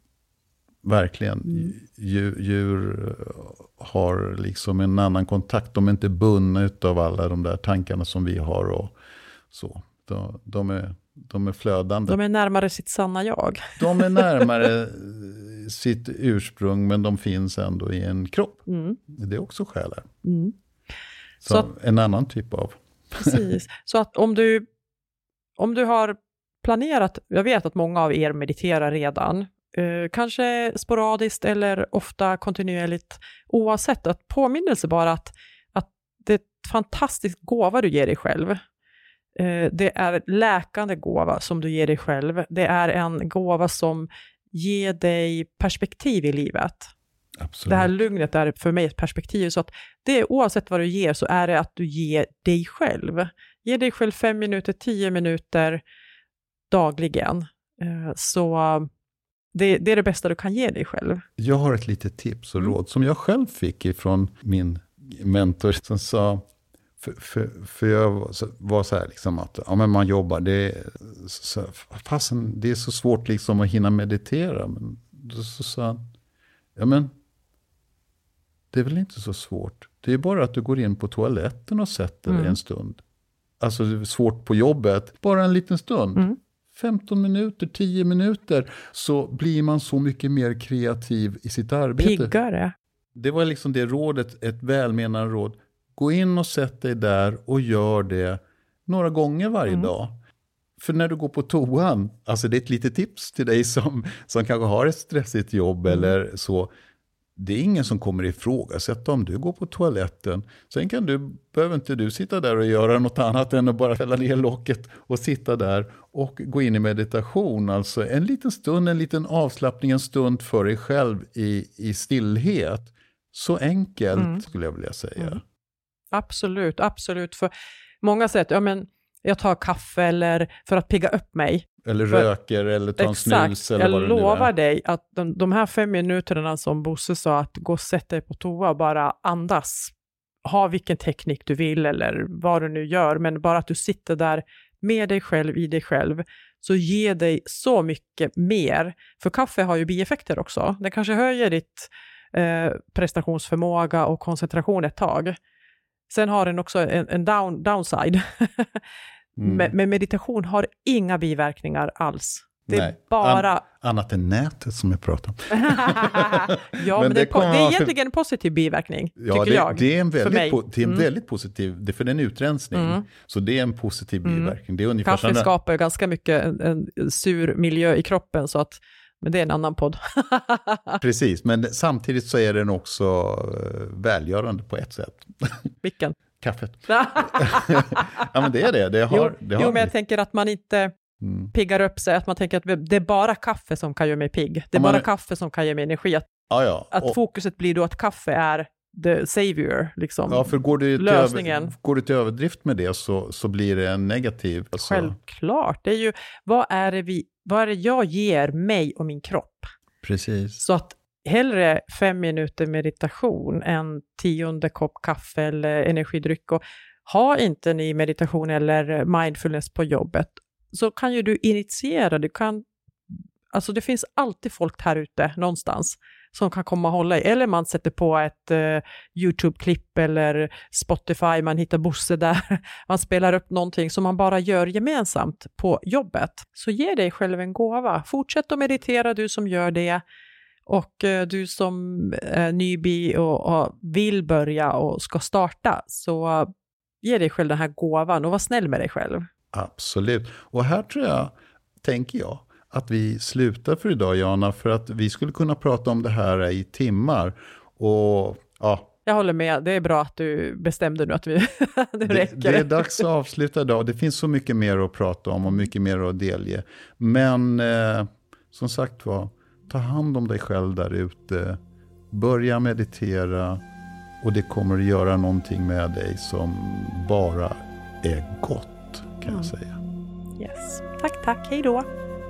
Speaker 2: verkligen. Mm. Djur, djur har liksom en annan kontakt. De är inte bundna av alla de där tankarna som vi har och så. De, de, är, de är flödande.
Speaker 3: De är närmare sitt sanna jag.
Speaker 2: De är närmare sitt ursprung, men de finns ändå i en kropp. Mm. Det är också själar. Mm. Så, så att, en annan typ av...
Speaker 3: Precis. Så att om du, om du har planerat, jag vet att många av er mediterar redan, eh, kanske sporadiskt eller ofta kontinuerligt, oavsett, att påminnelse bara att, att det är ett fantastiskt gåva du ger dig själv. Eh, det är läkande gåva som du ger dig själv. Det är en gåva som ger dig perspektiv i livet.
Speaker 2: Absolut.
Speaker 3: Det här lugnet är för mig ett perspektiv, så att det är, oavsett vad du ger, så är det att du ger dig själv. Ge dig själv fem minuter, tio minuter dagligen. Så det, det är det bästa du kan ge dig själv.
Speaker 2: Jag har ett litet tips och råd mm. som jag själv fick ifrån min mentor som sa, för, för, för jag var så här liksom att ja, men man jobbar, det är, så, fasen, det är så svårt liksom att hinna meditera. Men då så sa han, ja men det är väl inte så svårt. Det är bara att du går in på toaletten och sätter dig mm. en stund. Alltså det är svårt på jobbet, bara en liten stund. Mm. femton minuter, tio minuter, så blir man så mycket mer kreativ i sitt arbete.
Speaker 3: Piggare.
Speaker 2: Det var liksom det rådet, ett välmenande råd. Gå in och sätt dig där och gör det några gånger varje mm. dag. För när du går på toan, alltså det är ett litet tips till dig som, som kanske har ett stressigt jobb mm. eller så. Det är ingen som kommer ifrågasätta om du går på toaletten. Sen kan du, behöver inte du sitta där och göra något annat än att bara fälla ner locket och sitta där och gå in i meditation. Alltså en liten stund, en liten avslappning, en stund för dig själv i, i stillhet. Så enkelt mm. skulle jag vilja säga. Mm.
Speaker 3: Absolut, absolut. För många säger att ja, men jag tar kaffe eller för att pigga upp mig.
Speaker 2: Eller för, röker eller tar en snus. Eller
Speaker 3: jag
Speaker 2: vad det
Speaker 3: lovar dig att de, de här fem minuterna som Bosse sa, att gå och sätta dig på toa och bara andas. Ha vilken teknik du vill eller vad du nu gör. Men bara att du sitter där med dig själv, i dig själv. Så ger dig så mycket mer. För kaffe har ju bieffekter också. Det kanske höjer ditt eh, prestationsförmåga och koncentration ett tag. Sen har den också en, en down, downside. mm. Men, men meditation har inga biverkningar alls. Det är Nej. bara... An,
Speaker 2: annat än nätet som jag pratar om.
Speaker 3: ja, men, men det, det, är, det är egentligen en positiv biverkning, ja, tycker
Speaker 2: det,
Speaker 3: jag.
Speaker 2: Det är en väldigt, po- det är en
Speaker 3: mm.
Speaker 2: väldigt positiv, det är för den utrensning. Mm. Så det är en positiv
Speaker 3: mm.
Speaker 2: biverkning. Det är ungefär
Speaker 3: Kaffe
Speaker 2: sådana...
Speaker 3: skapar ju ganska mycket en, en sur miljö i kroppen, så att, men det är en annan podd.
Speaker 2: Precis, men samtidigt så är den också välgörande på ett sätt.
Speaker 3: Vilken?
Speaker 2: Kaffet. ja, men det är det. det, har,
Speaker 3: jo,
Speaker 2: det har
Speaker 3: jo, men jag tänker att man inte mm. piggar upp sig. Att man tänker att det är bara kaffe som kan göra mig pigg. Det är man... bara kaffe som kan ge mig energi. Att,
Speaker 2: ja, ja.
Speaker 3: att
Speaker 2: och...
Speaker 3: fokuset blir då att kaffe är the savior. Liksom.
Speaker 2: Ja, för går du,
Speaker 3: lösningen.
Speaker 2: Över, går du till överdrift med det så, så blir det en negativ. Alltså.
Speaker 3: Självklart. Det är ju, vad är det, vi, vad är det jag ger mig och min kropp?
Speaker 2: Precis.
Speaker 3: Så att hellre fem minuter meditation än tionde kopp kaffe eller energidryck. Och har inte ni meditation eller mindfulness på jobbet, så kan ju du initiera. Du kan, alltså det finns alltid folk här ute någonstans som kan komma och hålla i. Eller man sätter på ett uh, YouTube-klipp eller Spotify, man hittar Bosse där. Man spelar upp någonting som man bara gör gemensamt på jobbet. Så ge dig själv en gåva. Fortsätt att meditera, du som gör det. Och uh, du som är nybie och, och vill börja och ska starta, så uh, ge dig själv den här gåvan och var snäll med dig själv.
Speaker 2: Absolut. Och här tror jag, tänker jag, att vi slutar för idag, Jana, för att vi skulle kunna prata om det här i timmar. Och ja.
Speaker 3: Jag håller med. Det är bra att du bestämde nu att vi det räcker.
Speaker 2: Det, det är dags att avsluta idag. Det finns så mycket mer att prata om och mycket mer att delge. Men eh, som sagt var, ta hand om dig själv där ute. Börja meditera. Och det kommer att göra någonting med dig som bara är gott, kan mm. jag säga.
Speaker 3: Yes. Tack, tack. Hej då.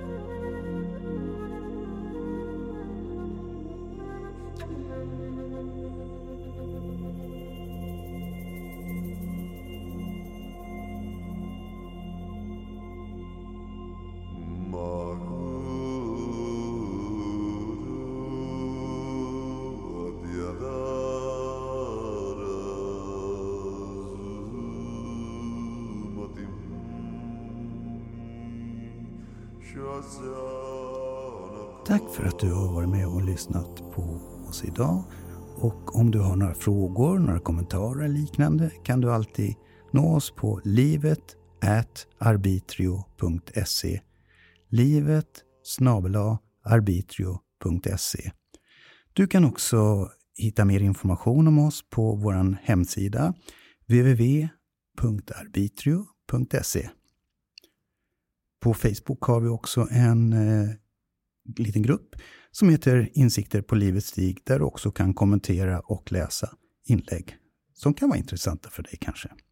Speaker 1: Tack för att du har varit med och lyssnat på oss idag. Och om du har några frågor, några kommentarer eller liknande, kan du alltid nå oss på livet at arbitrio punkt se. livet snabel-a arbitrio punkt se. Du kan också hitta mer information om oss på vår hemsida w w w punkt arbitrio punkt se. På Facebook har vi också en eh, liten grupp som heter Insikter på livets stig, där du också kan kommentera och läsa inlägg som kan vara intressanta för dig kanske.